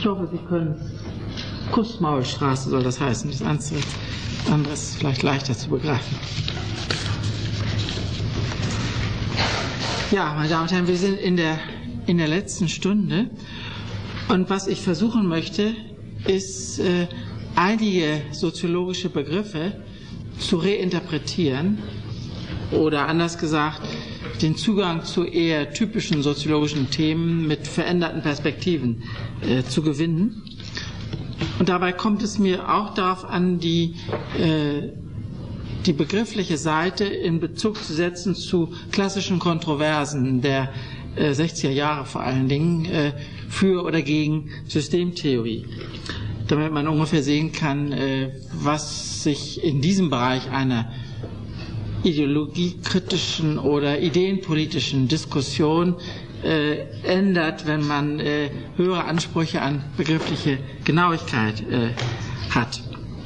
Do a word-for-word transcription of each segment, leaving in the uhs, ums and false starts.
Ich hoffe, Sie können. Kussmaulstraße soll das heißen. Das andere ist vielleicht leichter zu begreifen. Ja, meine Damen und Herren, wir sind in der, in der letzten Stunde. Und was ich versuchen möchte, ist, äh, einige soziologische Begriffe zu reinterpretieren oder anders gesagt, den Zugang zu eher typischen soziologischen Themen mit veränderten Perspektiven äh, zu gewinnen. Und dabei kommt es mir auch darauf an, die, äh, die begriffliche Seite in Bezug zu setzen zu klassischen Kontroversen der äh, sechziger Jahre vor allen Dingen äh, für oder gegen Systemtheorie, damit man ungefähr sehen kann, äh, was sich in diesem Bereich einer ideologiekritischen oder ideenpolitischen Diskussion äh, ändert, wenn man äh, höhere Ansprüche an begriffliche Genauigkeit äh, hat.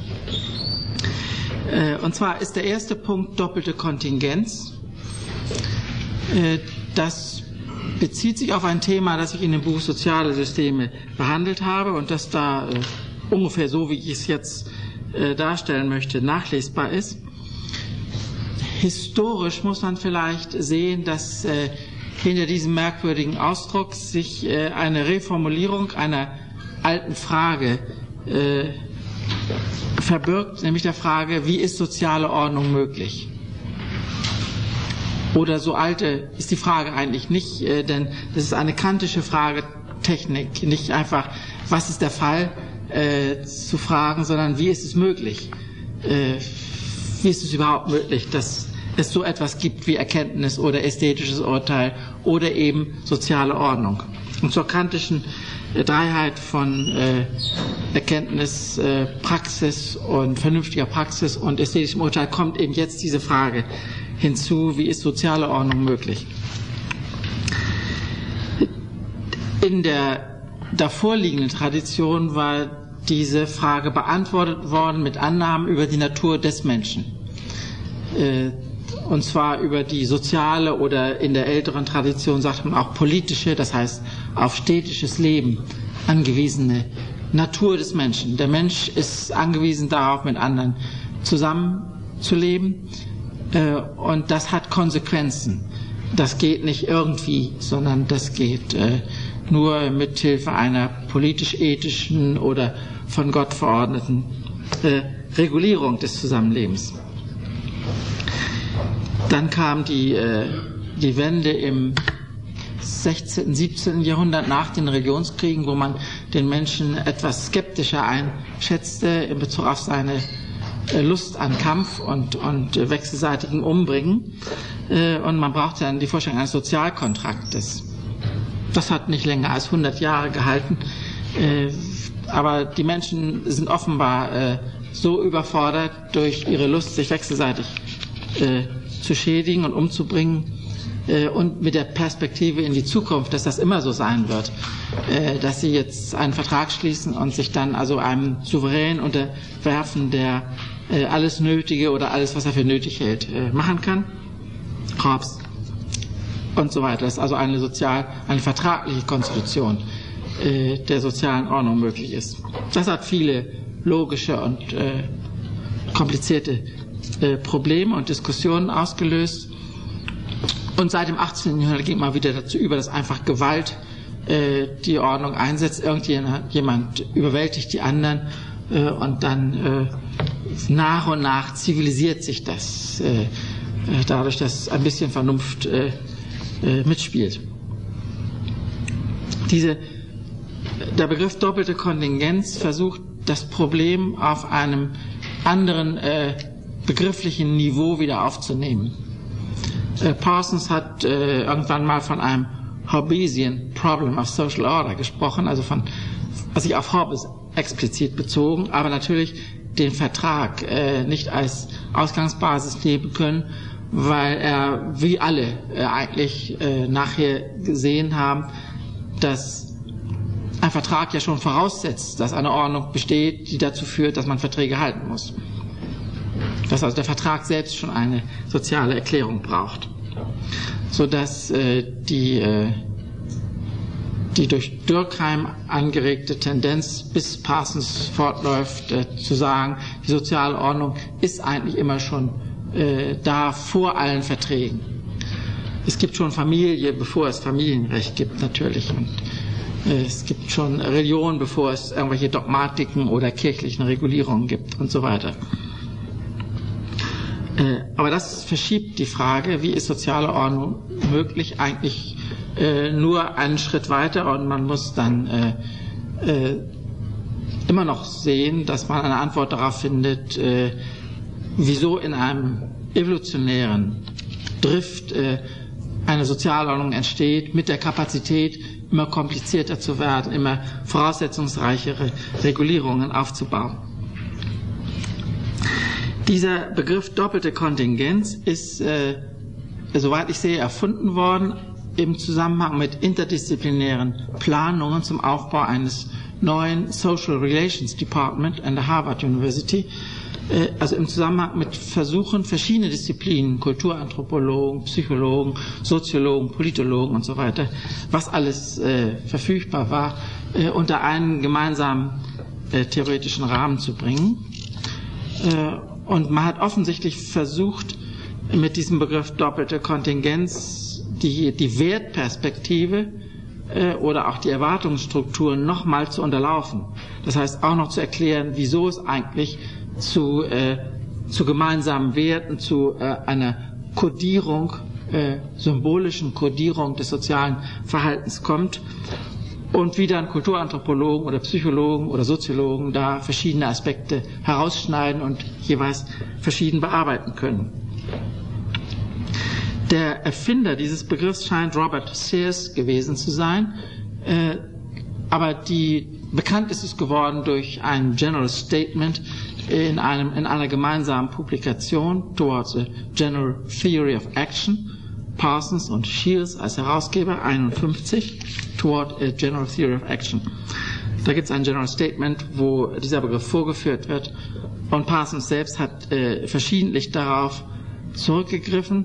Äh, und zwar ist der erste Punkt doppelte Kontingenz. Äh, das bezieht sich auf ein Thema, das ich in dem Buch Soziale Systeme behandelt habe und das da äh, ungefähr so, wie ich es jetzt äh, darstellen möchte, nachlesbar ist. Historisch muss man vielleicht sehen, dass äh, hinter diesem merkwürdigen Ausdruck sich äh, eine Reformulierung einer alten Frage äh, verbirgt, nämlich der Frage, wie ist soziale Ordnung möglich? Oder so alte ist die Frage eigentlich nicht, äh, denn das ist eine kantische Fragetechnik, nicht einfach, was ist der Fall, äh, zu fragen, sondern wie ist es möglich? Äh, wie ist es überhaupt möglich, dass es so etwas gibt wie Erkenntnis oder ästhetisches Urteil oder eben soziale Ordnung? Und zur kantischen äh, Dreiheit von äh, Erkenntnis, äh, Praxis und vernünftiger Praxis und ästhetischem Urteil kommt eben jetzt diese Frage hinzu, wie ist soziale Ordnung möglich? In der davorliegenden Tradition war diese Frage beantwortet worden mit Annahmen über die Natur des Menschen. Äh, und zwar über die soziale oder in der älteren Tradition sagt man auch politische, das heißt auf städtisches Leben angewiesene Natur des Menschen. Der Mensch ist angewiesen darauf, mit anderen zusammenzuleben. Und das hat Konsequenzen. Das geht nicht irgendwie, sondern das geht äh, nur mit Hilfe einer politisch-ethischen oder von Gott verordneten äh, Regulierung des Zusammenlebens. Dann kam die, äh, die Wende im sechzehnten, siebzehnten Jahrhundert nach den Religionskriegen, wo man den Menschen etwas skeptischer einschätzte in Bezug auf seine Lust an Kampf und, und wechselseitigen Umbringen. Und man brauchte dann die Vorstellung eines Sozialkontraktes. Das hat nicht länger als hundert Jahre gehalten. Aber die Menschen sind offenbar so überfordert durch ihre Lust, sich wechselseitig zu schädigen und umzubringen und mit der Perspektive in die Zukunft, dass das immer so sein wird, dass sie jetzt einen Vertrag schließen und sich dann also einem Souverän unterwerfen, der alles Nötige oder alles, was er für nötig hält, machen kann. Korps und so weiter. Das ist also eine sozial, eine vertragliche Konstitution der sozialen Ordnung möglich ist. Das hat viele logische und äh, komplizierte äh, Probleme und Diskussionen ausgelöst. Und seit dem achtzehnten Jahrhundert ging man wieder dazu über, dass einfach Gewalt äh, die Ordnung einsetzt. Irgendjemand überwältigt die anderen äh, und dann äh, nach und nach zivilisiert sich das, äh, dadurch, dass ein bisschen Vernunft äh, äh, mitspielt. Diese, der Begriff doppelte Kontingenz versucht, das Problem auf einem anderen äh, begrifflichen Niveau wieder aufzunehmen. Äh, Parsons hat äh, irgendwann mal von einem Hobbesian Problem of Social Order gesprochen, also von, was sich auf Hobbes explizit bezogen, aber natürlich den Vertrag äh, nicht als Ausgangsbasis nehmen können, weil er, wie alle äh, eigentlich äh, nachher gesehen haben, dass ein Vertrag ja schon voraussetzt, dass eine Ordnung besteht, die dazu führt, dass man Verträge halten muss. Dass also der Vertrag selbst schon eine soziale Erklärung braucht. Sodass äh, die, äh, die durch Durkheim angeregte Tendenz bis Parsons fortläuft, äh, zu sagen, die soziale Ordnung ist eigentlich immer schon äh, da vor allen Verträgen. Es gibt schon Familie, bevor es Familienrecht gibt natürlich. Und äh, es gibt schon Religion, bevor es irgendwelche Dogmatiken oder kirchlichen Regulierungen gibt und so weiter. Äh, aber das verschiebt die Frage, wie ist soziale Ordnung möglich, eigentlich äh, nur einen Schritt weiter, und man muss dann äh, äh, immer noch sehen, dass man eine Antwort darauf findet, äh, wieso in einem evolutionären Drift äh, eine Sozialordnung entsteht, mit der Kapazität, immer komplizierter zu werden, immer voraussetzungsreichere Regulierungen aufzubauen. Dieser Begriff doppelte Kontingenz ist, äh, soweit ich sehe, erfunden worden im Zusammenhang mit interdisziplinären Planungen zum Aufbau eines neuen Social Relations Department an der Harvard University, also im Zusammenhang mit Versuchen, verschiedene Disziplinen, Kulturanthropologen, Psychologen, Soziologen, Politologen und so weiter, was alles äh, verfügbar war, äh, unter einen gemeinsamen äh, theoretischen Rahmen zu bringen. Äh, und man hat offensichtlich versucht, mit diesem Begriff doppelte Kontingenz die, die Wertperspektive äh, oder auch die Erwartungsstrukturen nochmal zu unterlaufen. Das heißt auch noch zu erklären, wieso es eigentlich zu, äh, zu gemeinsamen Werten, zu äh, einer Kodierung, äh, symbolischen Kodierung des sozialen Verhaltens kommt, und wie dann Kulturanthropologen oder Psychologen oder Soziologen da verschiedene Aspekte herausschneiden und jeweils verschieden bearbeiten können. Der Erfinder dieses Begriffs scheint Robert Sears gewesen zu sein, äh, aber die, bekannt ist es geworden durch ein General Statement in, einem, in einer gemeinsamen Publikation, Towards a General Theory of Action, Parsons und Shields als Herausgeber, einundfünfzig, Toward a General Theory of Action. Da gibt es ein General Statement, wo dieser Begriff vorgeführt wird, und Parsons selbst hat äh, verschiedentlich darauf zurückgegriffen,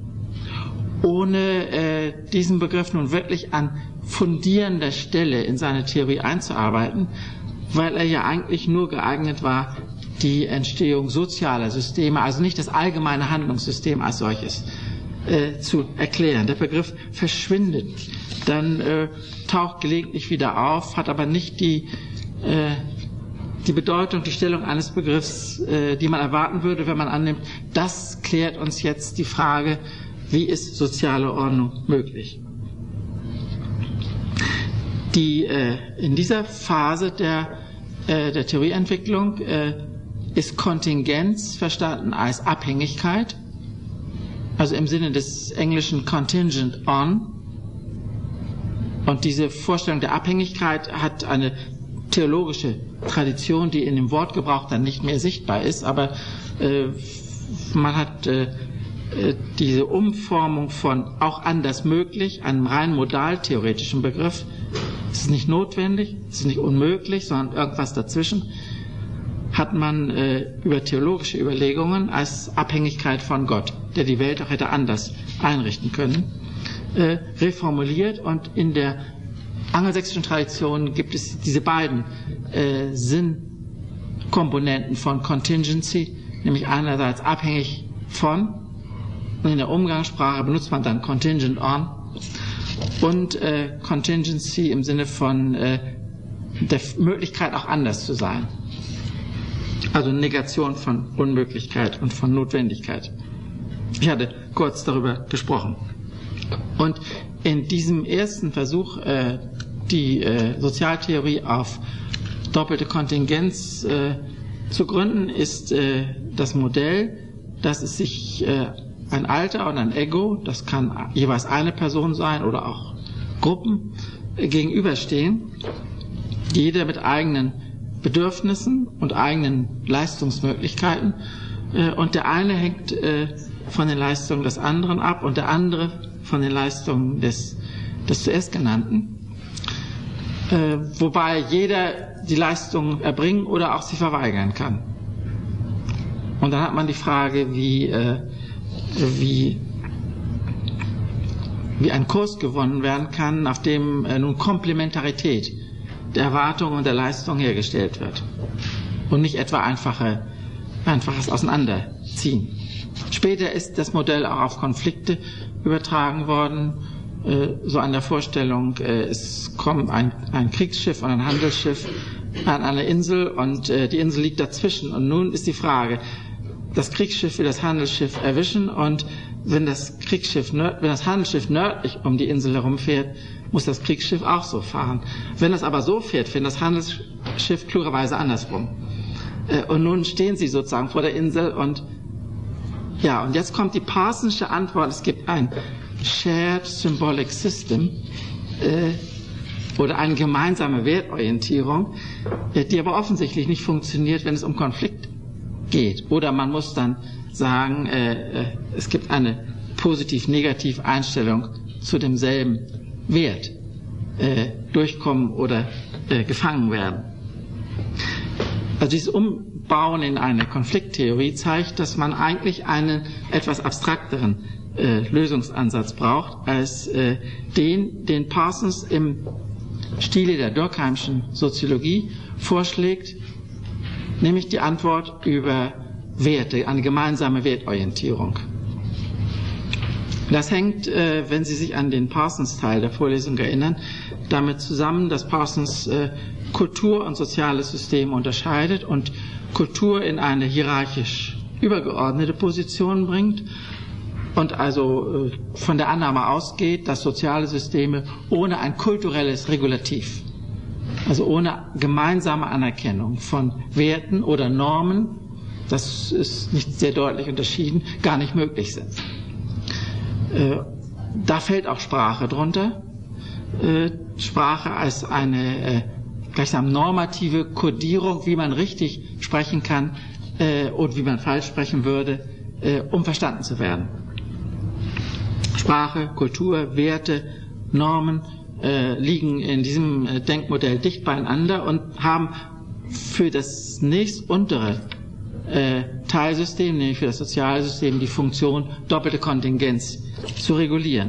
ohne äh, diesen Begriff nun wirklich an fundierender Stelle in seine Theorie einzuarbeiten, weil er ja eigentlich nur geeignet war, die Entstehung sozialer Systeme, also nicht das allgemeine Handlungssystem als solches, äh, zu erklären. Der Begriff verschwindet, dann äh, taucht gelegentlich wieder auf, hat aber nicht die, äh, die Bedeutung, die Stellung eines Begriffs, äh, die man erwarten würde, wenn man annimmt, das klärt uns jetzt die Frage, wie ist soziale Ordnung möglich. Die, äh, in dieser Phase der, äh, der Theorieentwicklung äh, ist Kontingenz verstanden als Abhängigkeit, also im Sinne des englischen contingent on. Und diese Vorstellung der Abhängigkeit hat eine theologische Tradition, die in dem Wortgebrauch dann nicht mehr sichtbar ist, aber äh, man hat äh, diese Umformung von auch anders möglich, einem rein modaltheoretischen Begriff. Es ist nicht notwendig, es ist nicht unmöglich, sondern irgendwas dazwischen, hat man äh, über theologische Überlegungen als Abhängigkeit von Gott, der die Welt auch hätte anders einrichten können, äh, reformuliert. Und in der angelsächsischen Tradition gibt es diese beiden äh, Sinnkomponenten von Contingency, nämlich einerseits abhängig von, und in der Umgangssprache benutzt man dann contingent on, und äh, Contingency im Sinne von äh, der Möglichkeit auch anders zu sein. Also Negation von Unmöglichkeit und von Notwendigkeit. Ich hatte kurz darüber gesprochen. Und in diesem ersten Versuch, äh, die äh, Sozialtheorie auf doppelte Kontingenz äh, zu gründen, ist äh, das Modell, dass es sich äh, ein Alter und ein Ego, das kann jeweils eine Person sein oder auch Gruppen, äh, gegenüberstehen, jeder mit eigenen Bedürfnissen und eigenen Leistungsmöglichkeiten, äh, und der eine hängt äh, von den Leistungen des anderen ab und der andere von den Leistungen des, des zuerst genannten, äh, wobei jeder die Leistung erbringen oder auch sie verweigern kann. Und dann hat man die Frage, wie, äh, wie wie ein Kurs gewonnen werden kann, auf dem äh, nun Komplementarität der Erwartungen und der Leistung hergestellt wird und nicht etwa einfache, einfaches Auseinanderziehen. Später ist das Modell auch auf Konflikte übertragen worden, äh, so an der Vorstellung, äh, es kommt ein, ein Kriegsschiff und ein Handelsschiff an eine Insel und äh, die Insel liegt dazwischen und nun ist die Frage, das Kriegsschiff will das Handelsschiff erwischen und wenn das Kriegsschiff, wenn das Handelsschiff nördlich um die Insel herumfährt, muss das Kriegsschiff auch so fahren. Wenn es aber so fährt, fährt das Handelsschiff klugerweise andersrum. Und nun stehen sie sozusagen vor der Insel und ja, und jetzt kommt die Parsonsche Antwort, es gibt ein Shared Symbolic System äh, oder eine gemeinsame Wertorientierung, äh, die aber offensichtlich nicht funktioniert, wenn es um Konflikt geht. Oder man muss dann sagen, äh, äh, es gibt eine positiv-negativ Einstellung zu demselben Wert, äh, durchkommen oder äh, gefangen werden. Also dieses Umbauen in eine Konflikttheorie zeigt, dass man eigentlich einen etwas abstrakteren äh, Lösungsansatz braucht, als äh, den, den Parsons im Stile der Durkheimschen Soziologie vorschlägt, nämlich die Antwort über Werte, eine gemeinsame Wertorientierung. Das hängt, äh, wenn Sie sich an den Parsons-Teil der Vorlesung erinnern, damit zusammen, dass Parsons äh, Kultur und soziales System unterscheidet und Kultur in eine hierarchisch übergeordnete Position bringt und also äh, von der Annahme ausgeht, dass soziale Systeme ohne ein kulturelles Regulativ, also ohne gemeinsame Anerkennung von Werten oder Normen, das ist nicht sehr deutlich unterschieden, gar nicht möglich sind. Äh, da fällt auch Sprache drunter. Äh, Sprache als eine äh, gleichsam normative Kodierung, wie man richtig sprechen kann äh, und wie man falsch sprechen würde, äh, um verstanden zu werden. Sprache, Kultur, Werte, Normen äh, liegen in diesem äh, Denkmodell dicht beieinander und haben für das nächst untere äh, Teilsystem, nämlich für das soziale System, die Funktion, doppelte Kontingenz zu regulieren.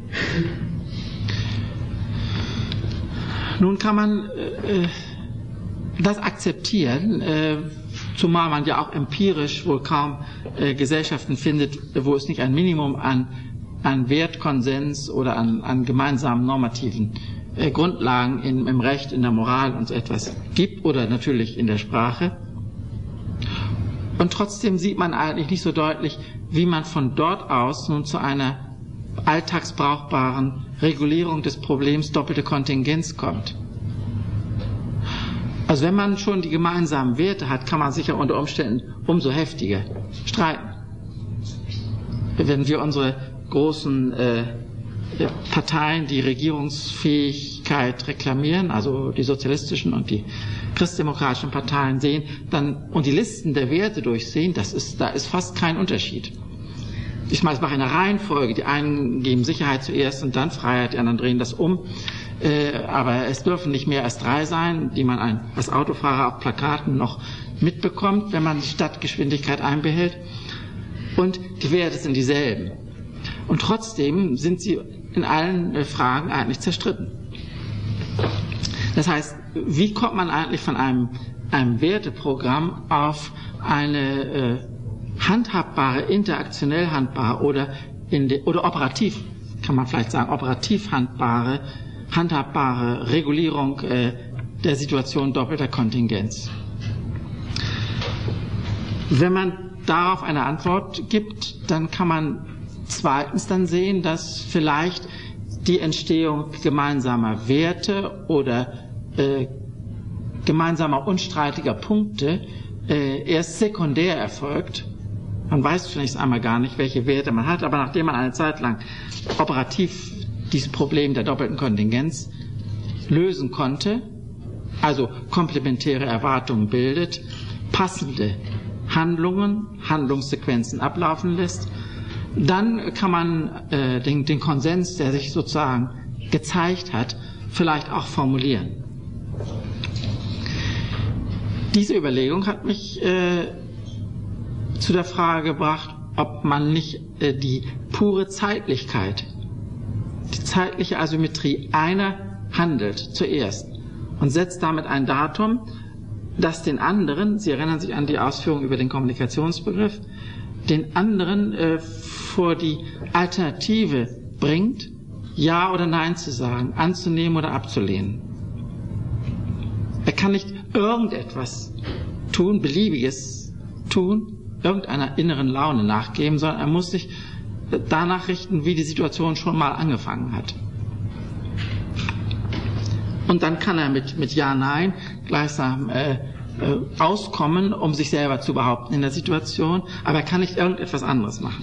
Nun kann man äh, das akzeptieren, äh, zumal man ja auch empirisch wohl kaum äh, Gesellschaften findet, wo es nicht ein Minimum an, an Wertkonsens oder an, an gemeinsamen normativen äh, Grundlagen in, im Recht, in der Moral und so etwas gibt oder natürlich in der Sprache. Und trotzdem sieht man eigentlich nicht so deutlich, wie man von dort aus nun zu einer alltagsbrauchbaren Regulierung des Problems doppelte Kontingenz kommt. Also wenn man schon die gemeinsamen Werte hat, kann man sich ja unter Umständen umso heftiger streiten. Wenn wir unsere großen äh, Parteien, die Regierungsfähigkeit reklamieren, also die sozialistischen und die christdemokratischen Parteien sehen, dann und die Listen der Werte durchsehen, das ist, da ist fast kein Unterschied. Ich meine, es mache eine Reihenfolge. Die einen geben Sicherheit zuerst und dann Freiheit, die anderen drehen das um. Äh, aber es dürfen nicht mehr als drei sein, die man ein, als Autofahrer auf Plakaten noch mitbekommt, wenn man die Stadtgeschwindigkeit einbehält. Und die Werte sind dieselben. Und trotzdem sind sie in allen äh, Fragen eigentlich zerstritten. Das heißt, wie kommt man eigentlich von einem, einem Werteprogramm auf eine äh, handhabbare, interaktionell handbare oder, in de, oder operativ, kann man vielleicht sagen, operativ handbare, handhabbare Regulierung äh, der Situation doppelter Kontingenz. Wenn man darauf eine Antwort gibt, dann kann man zweitens dann sehen, dass vielleicht die Entstehung gemeinsamer Werte oder äh, gemeinsamer unstreitiger Punkte äh, erst sekundär erfolgt. Man weiß zunächst einmal gar nicht, welche Werte man hat, aber nachdem man eine Zeit lang operativ dieses Problem der doppelten Kontingenz lösen konnte, also komplementäre Erwartungen bildet, passende Handlungen, Handlungssequenzen ablaufen lässt, dann kann man äh, den, den Konsens, der sich sozusagen gezeigt hat, vielleicht auch formulieren. Diese Überlegung hat mich äh, zu der Frage gebracht, ob man nicht äh, die pure Zeitlichkeit zeitliche Asymmetrie. Einer handelt zuerst und setzt damit ein Datum, das den anderen, Sie erinnern sich an die Ausführungen über den Kommunikationsbegriff, den anderen äh, vor die Alternative bringt, Ja oder Nein zu sagen, anzunehmen oder abzulehnen. Er kann nicht irgendetwas tun, beliebiges tun, irgendeiner inneren Laune nachgeben, sondern er muss sich danach richten, wie die Situation schon mal angefangen hat. Und dann kann er mit, mit Ja, Nein gleichsam äh, äh, auskommen, um sich selber zu behaupten in der Situation, aber er kann nicht irgendetwas anderes machen.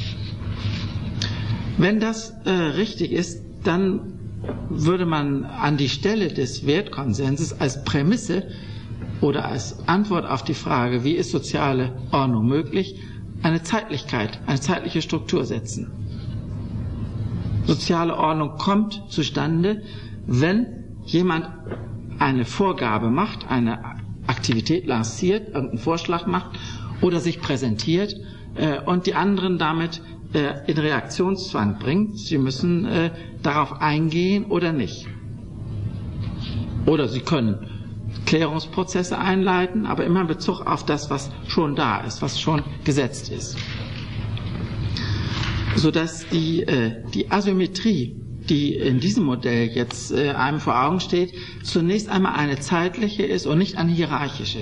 Wenn das äh, richtig ist, dann würde man an die Stelle des Wertkonsenses als Prämisse oder als Antwort auf die Frage, wie ist soziale Ordnung möglich, eine Zeitlichkeit, eine zeitliche Struktur setzen. Soziale Ordnung kommt zustande, wenn jemand eine Vorgabe macht, eine Aktivität lanciert, irgendeinen Vorschlag macht oder sich präsentiert äh, und die anderen damit äh, in Reaktionszwang bringt. Sie müssen äh, darauf eingehen oder nicht. Oder sie können Klärungsprozesse einleiten, aber immer in Bezug auf das, was schon da ist, was schon gesetzt ist. Sodass die, äh, die Asymmetrie, die in diesem Modell jetzt äh, einem vor Augen steht, zunächst einmal eine zeitliche ist und nicht eine hierarchische.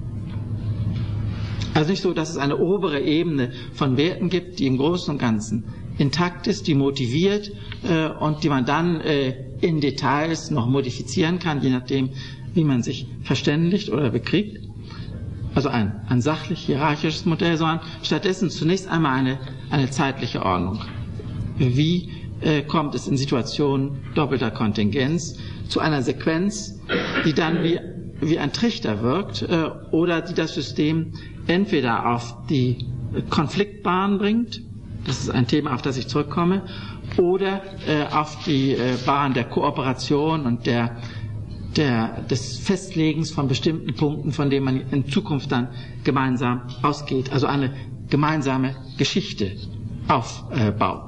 Also nicht so, dass es eine obere Ebene von Werten gibt, die im Großen und Ganzen intakt ist, die motiviert äh, und die man dann äh, in Details noch modifizieren kann, je nachdem, wie man sich verständigt oder bekriegt. Also ein, ein sachlich-hierarchisches Modell, sondern stattdessen zunächst einmal eine, eine zeitliche Ordnung. Wie äh, kommt es in Situationen doppelter Kontingenz zu einer Sequenz, die dann wie, wie ein Trichter wirkt äh, oder die das System entweder auf die Konfliktbahn bringt, das ist ein Thema, auf das ich zurückkomme, oder äh, auf die äh, Bahn der Kooperation und der Der, des Festlegens von bestimmten Punkten, von denen man in Zukunft dann gemeinsam ausgeht, also eine gemeinsame Geschichte aufbaut.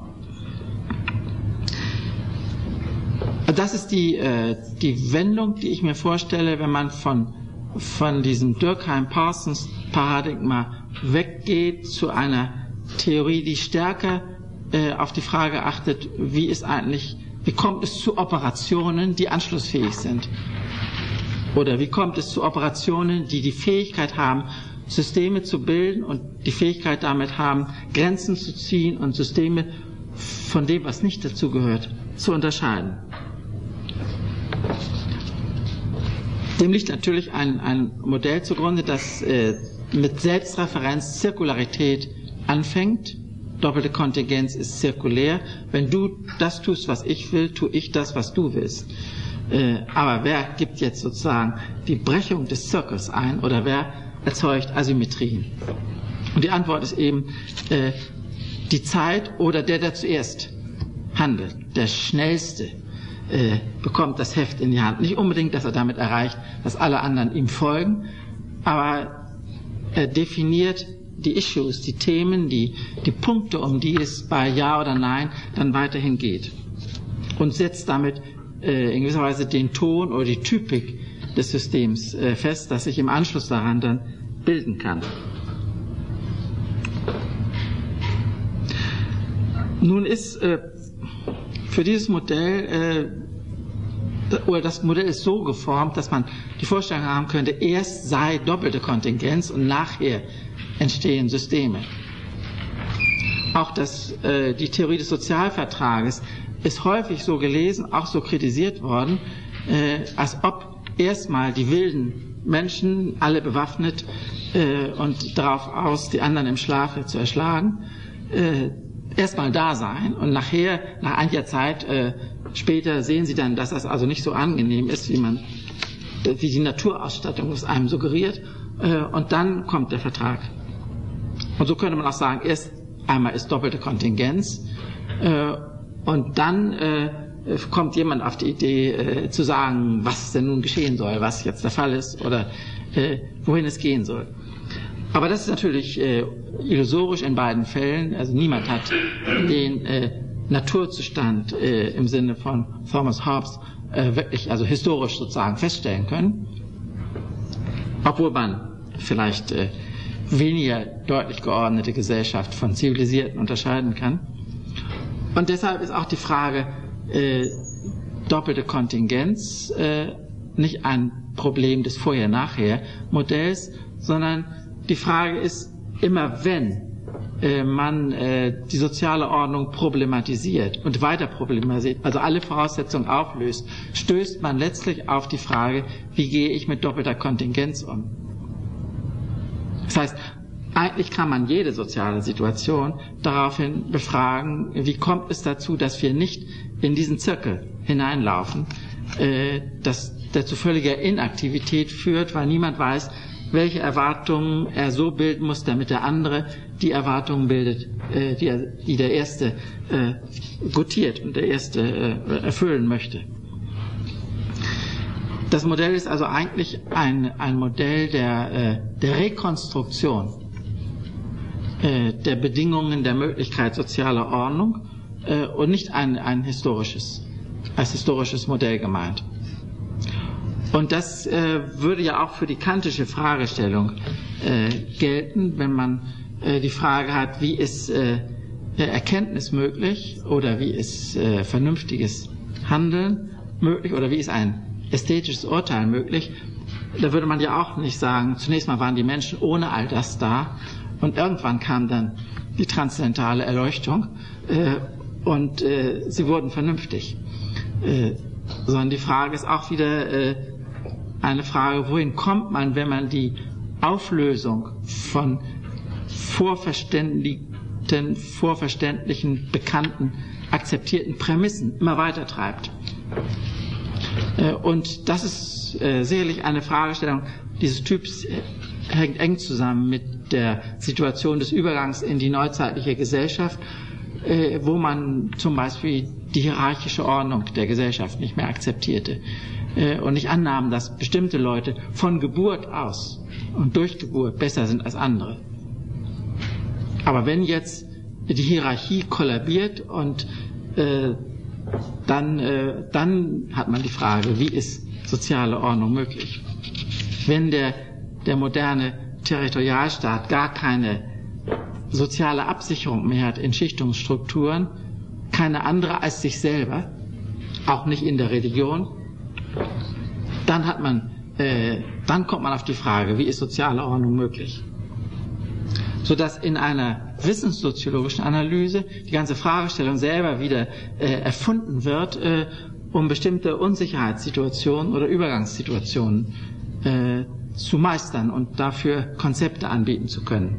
Das ist die, äh, die Wendung, die ich mir vorstelle, wenn man von, von diesem Durkheim-Parsons-Paradigma weggeht zu einer Theorie, die stärker äh, auf die Frage achtet, wie ist eigentlich Wie kommt es zu Operationen, die anschlussfähig sind? Oder wie kommt es zu Operationen, die die Fähigkeit haben, Systeme zu bilden und die Fähigkeit damit haben, Grenzen zu ziehen und Systeme von dem, was nicht dazu gehört, zu unterscheiden? Dem liegt natürlich ein, ein Modell zugrunde, das äh, mit Selbstreferenz, Zirkularität anfängt. Doppelte Kontingenz ist zirkulär. Wenn du das tust, was ich will, tue ich das, was du willst. Äh, aber wer gibt jetzt sozusagen die Brechung des Zirkels ein oder wer erzeugt Asymmetrien? Und die Antwort ist eben äh, die Zeit oder der, der zuerst handelt. Der Schnellste äh, bekommt das Heft in die Hand. Nicht unbedingt, dass er damit erreicht, dass alle anderen ihm folgen, aber er definiert die Issues, die Themen, die, die Punkte, um die es bei Ja oder Nein dann weiterhin geht. Und setzt damit äh, in gewisser Weise den Ton oder die Typik des Systems äh, fest, das sich im Anschluss daran dann bilden kann. Nun ist äh, für dieses Modell, äh, oder das Modell ist so geformt, dass man die Vorstellung haben könnte, erst sei doppelte Kontingenz und nachher entstehen Systeme. Auch das, äh, die Theorie des Sozialvertrages ist häufig so gelesen, auch so kritisiert worden, äh, als ob erstmal die wilden Menschen, alle bewaffnet äh, und darauf aus, die anderen im Schlafe zu erschlagen, äh, erstmal da sein und nachher, nach einiger Zeit äh, später sehen sie dann, dass das also nicht so angenehm ist, wie man, wie die Naturausstattung es einem suggeriert, äh, und dann kommt der Vertrag. Und so könnte man auch sagen, erst einmal ist doppelte Kontingenz äh, und dann äh, kommt jemand auf die Idee äh, zu sagen, was denn nun geschehen soll, was jetzt der Fall ist oder äh, wohin es gehen soll. Aber das ist natürlich äh, illusorisch in beiden Fällen. Also niemand hat den äh, Naturzustand äh, im Sinne von Thomas Hobbes äh, wirklich, also historisch sozusagen feststellen können, obwohl man vielleicht äh, weniger deutlich geordnete Gesellschaft von zivilisierten unterscheiden kann. Und deshalb ist auch die Frage äh, doppelte Kontingenz äh, nicht ein Problem des Vorher-Nachher-Modells, sondern die Frage ist, immer wenn äh, man äh, die soziale Ordnung problematisiert und weiter problematisiert, also alle Voraussetzungen auflöst, stößt man letztlich auf die Frage, wie gehe ich mit doppelter Kontingenz um? Das heißt, eigentlich kann man jede soziale Situation daraufhin befragen, wie kommt es dazu, dass wir nicht in diesen Zirkel hineinlaufen, äh, dass der zu völliger Inaktivität führt, weil niemand weiß, welche Erwartungen er so bilden muss, damit der andere die Erwartungen bildet, äh, die, er, die der Erste äh, gutiert und der Erste äh, erfüllen möchte. Das Modell ist also eigentlich ein, ein Modell der, äh, der Rekonstruktion äh, der Bedingungen der Möglichkeit sozialer Ordnung äh, und nicht ein, ein historisches, als historisches Modell gemeint. Und das äh, würde ja auch für die kantische Fragestellung äh, gelten, wenn man äh, die Frage hat, wie ist äh, Erkenntnis möglich oder wie ist äh, vernünftiges Handeln möglich oder wie ist ein ästhetisches Urteil möglich. Da würde man ja auch nicht sagen, zunächst mal waren die Menschen ohne all das da und irgendwann kam dann die transzendentale Erleuchtung äh, und äh, sie wurden vernünftig. Äh, sondern die Frage ist auch wieder äh, eine Frage, wohin kommt man, wenn man die Auflösung von vorverständigten, vorverständlichen, bekannten, akzeptierten Prämissen immer weiter treibt. Äh, und das ist äh, sicherlich eine Fragestellung dieses Typs, äh, hängt eng zusammen mit der Situation des Übergangs in die neuzeitliche Gesellschaft, äh, wo man zum Beispiel die hierarchische Ordnung der Gesellschaft nicht mehr akzeptierte äh, und nicht annahm, dass bestimmte Leute von Geburt aus und durch Geburt besser sind als andere. Aber wenn jetzt die Hierarchie kollabiert und äh, dann, äh, dann hat man die Frage, wie ist soziale Ordnung möglich? Wenn der, der moderne Territorialstaat gar keine soziale Absicherung mehr hat in Schichtungsstrukturen, keine andere als sich selber, auch nicht in der Religion, dann hat man, äh, dann kommt man auf die Frage, wie ist soziale Ordnung möglich? Sodass in einer wissenssoziologischen Analyse die ganze Fragestellung selber wieder äh, erfunden wird, äh, um bestimmte Unsicherheitssituationen oder Übergangssituationen äh, zu meistern und dafür Konzepte anbieten zu können.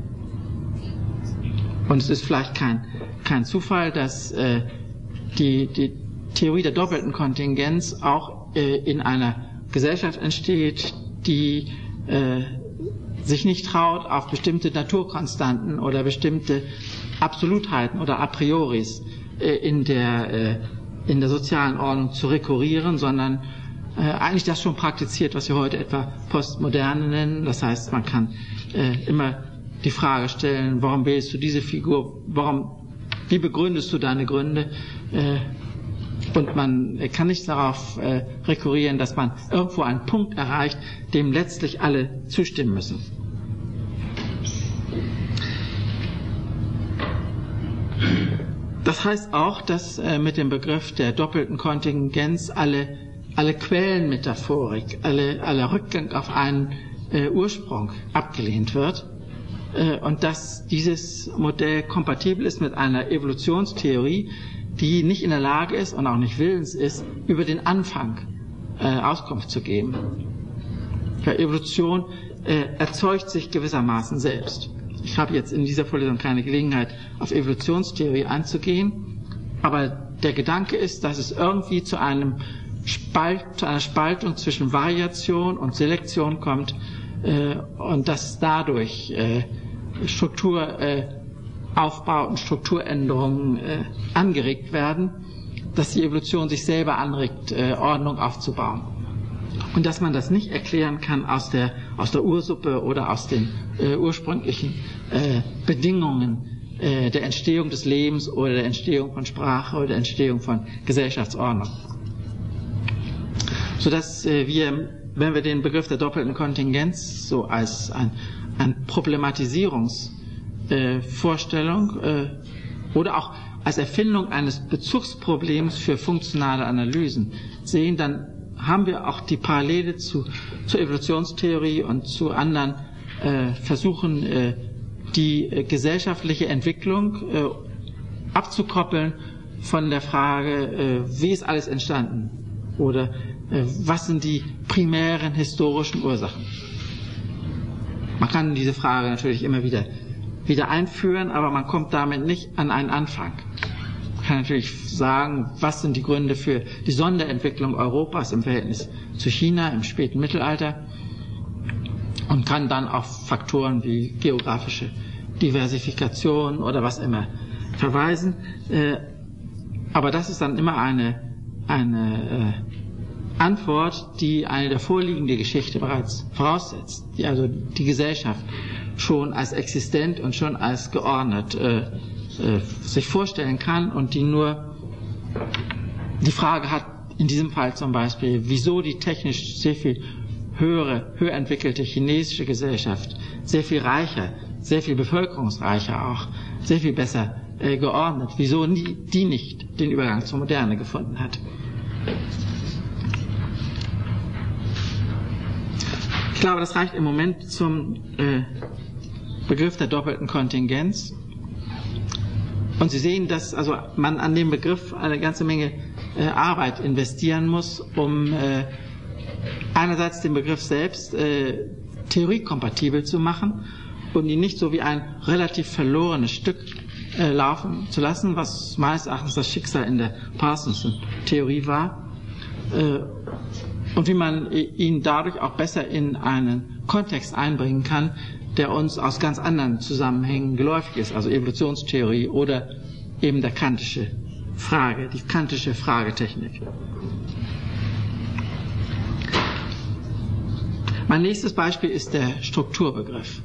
Und es ist vielleicht kein, kein Zufall, dass äh, die, die Theorie der doppelten Kontingenz auch äh, in einer Gesellschaft entsteht, die äh, sich nicht traut, auf bestimmte Naturkonstanten oder bestimmte Absolutheiten oder A prioris äh, in der, äh, in der sozialen Ordnung zu rekurrieren, sondern äh, eigentlich das schon praktiziert, was wir heute etwa Postmoderne nennen. Das heißt, man kann äh, immer die Frage stellen, warum wählst du diese Figur, warum, wie begründest du deine Gründe? Äh, und man kann nicht darauf äh, rekurrieren, dass man irgendwo einen Punkt erreicht, dem letztlich alle zustimmen müssen. Das heißt auch, dass äh, mit dem Begriff der doppelten Kontingenz alle, alle Quellenmetaphorik, alle, aller Rückgang auf einen äh, Ursprung abgelehnt wird. Und dass dieses Modell kompatibel ist mit einer Evolutionstheorie, die nicht in der Lage ist und auch nicht willens ist, über den Anfang äh, Auskunft zu geben. Ja, Evolution äh, erzeugt sich gewissermaßen selbst. Ich habe jetzt in dieser Vorlesung keine Gelegenheit, auf Evolutionstheorie einzugehen, aber der Gedanke ist, dass es irgendwie zu einem Spalt, zu einer Spaltung zwischen Variation und Selektion kommt äh, und dass dadurch äh, Strukturaufbau äh, und Strukturänderungen äh, angeregt werden, dass die Evolution sich selber anregt, äh, Ordnung aufzubauen. Und dass man das nicht erklären kann aus der, aus der Ursuppe oder aus den äh, ursprünglichen äh, Bedingungen äh, der Entstehung des Lebens oder der Entstehung von Sprache oder der Entstehung von Gesellschaftsordnung. Sodass äh, wir, wenn wir den Begriff der doppelten Kontingenz so als ein, ein Problematisierungsvorstellung äh, äh, oder auch als Erfindung eines Bezugsproblems für funktionale Analysen sehen, dann haben wir auch die Parallele zu, zur Evolutionstheorie und zu anderen äh, Versuchen, äh, die äh, gesellschaftliche Entwicklung äh, abzukoppeln von der Frage, äh, wie ist alles entstanden oder äh, was sind die primären historischen Ursachen. Man kann diese Frage natürlich immer wieder, wieder einführen, aber man kommt damit nicht an einen Anfang. Man kann natürlich sagen, was sind die Gründe für die Sonderentwicklung Europas im Verhältnis zu China im späten Mittelalter und kann dann auf Faktoren wie geografische Diversifikation oder was immer verweisen. Aber das ist dann immer eine, eine Antwort, die eine der vorliegende Geschichte bereits voraussetzt, die also die Gesellschaft schon als existent und schon als geordnet äh, äh, sich vorstellen kann und die nur die Frage hat, in diesem Fall zum Beispiel, wieso die technisch sehr viel höhere, höher entwickelte chinesische Gesellschaft sehr viel reicher, sehr viel bevölkerungsreicher auch, sehr viel besser äh, geordnet, wieso nie, die nicht den Übergang zur Moderne gefunden hat. Ich glaube, das reicht im Moment zum äh, Begriff der doppelten Kontingenz. Und Sie sehen, dass also man an dem Begriff eine ganze Menge äh, Arbeit investieren muss, um äh, einerseits den Begriff selbst äh, theoriekompatibel zu machen und ihn nicht so wie ein relativ verlorenes Stück äh, laufen zu lassen, was meines Erachtens das Schicksal in der Parsonson-Theorie war. Äh, und wie man ihn dadurch auch besser in einen Kontext einbringen kann, der uns aus ganz anderen Zusammenhängen geläufig ist, also Evolutionstheorie oder eben der kantische Frage, die kantische Fragetechnik. Mein nächstes Beispiel ist der Strukturbegriff.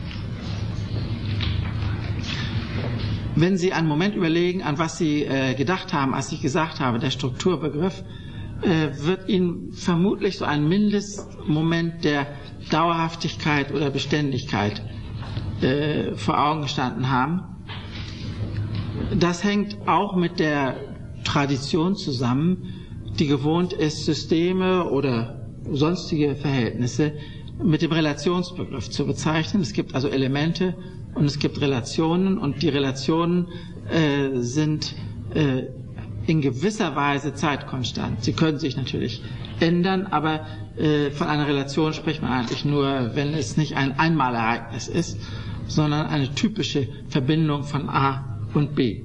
Wenn Sie einen Moment überlegen, an was Sie äh, gedacht haben, als ich gesagt habe, der Strukturbegriff, äh, wird Ihnen vermutlich so ein Mindestmoment der Dauerhaftigkeit oder Beständigkeit äh, vor Augen gestanden haben. Das hängt auch mit der Tradition zusammen, die gewohnt ist, Systeme oder sonstige Verhältnisse mit dem Relationsbegriff zu bezeichnen. Es gibt also Elemente und es gibt Relationen und die Relationen äh, sind äh, in gewisser Weise zeitkonstant. Sie können sich natürlich ändern, aber äh, von einer Relation spricht man eigentlich nur, wenn es nicht ein Einmalereignis ist, sondern eine typische Verbindung von A und B.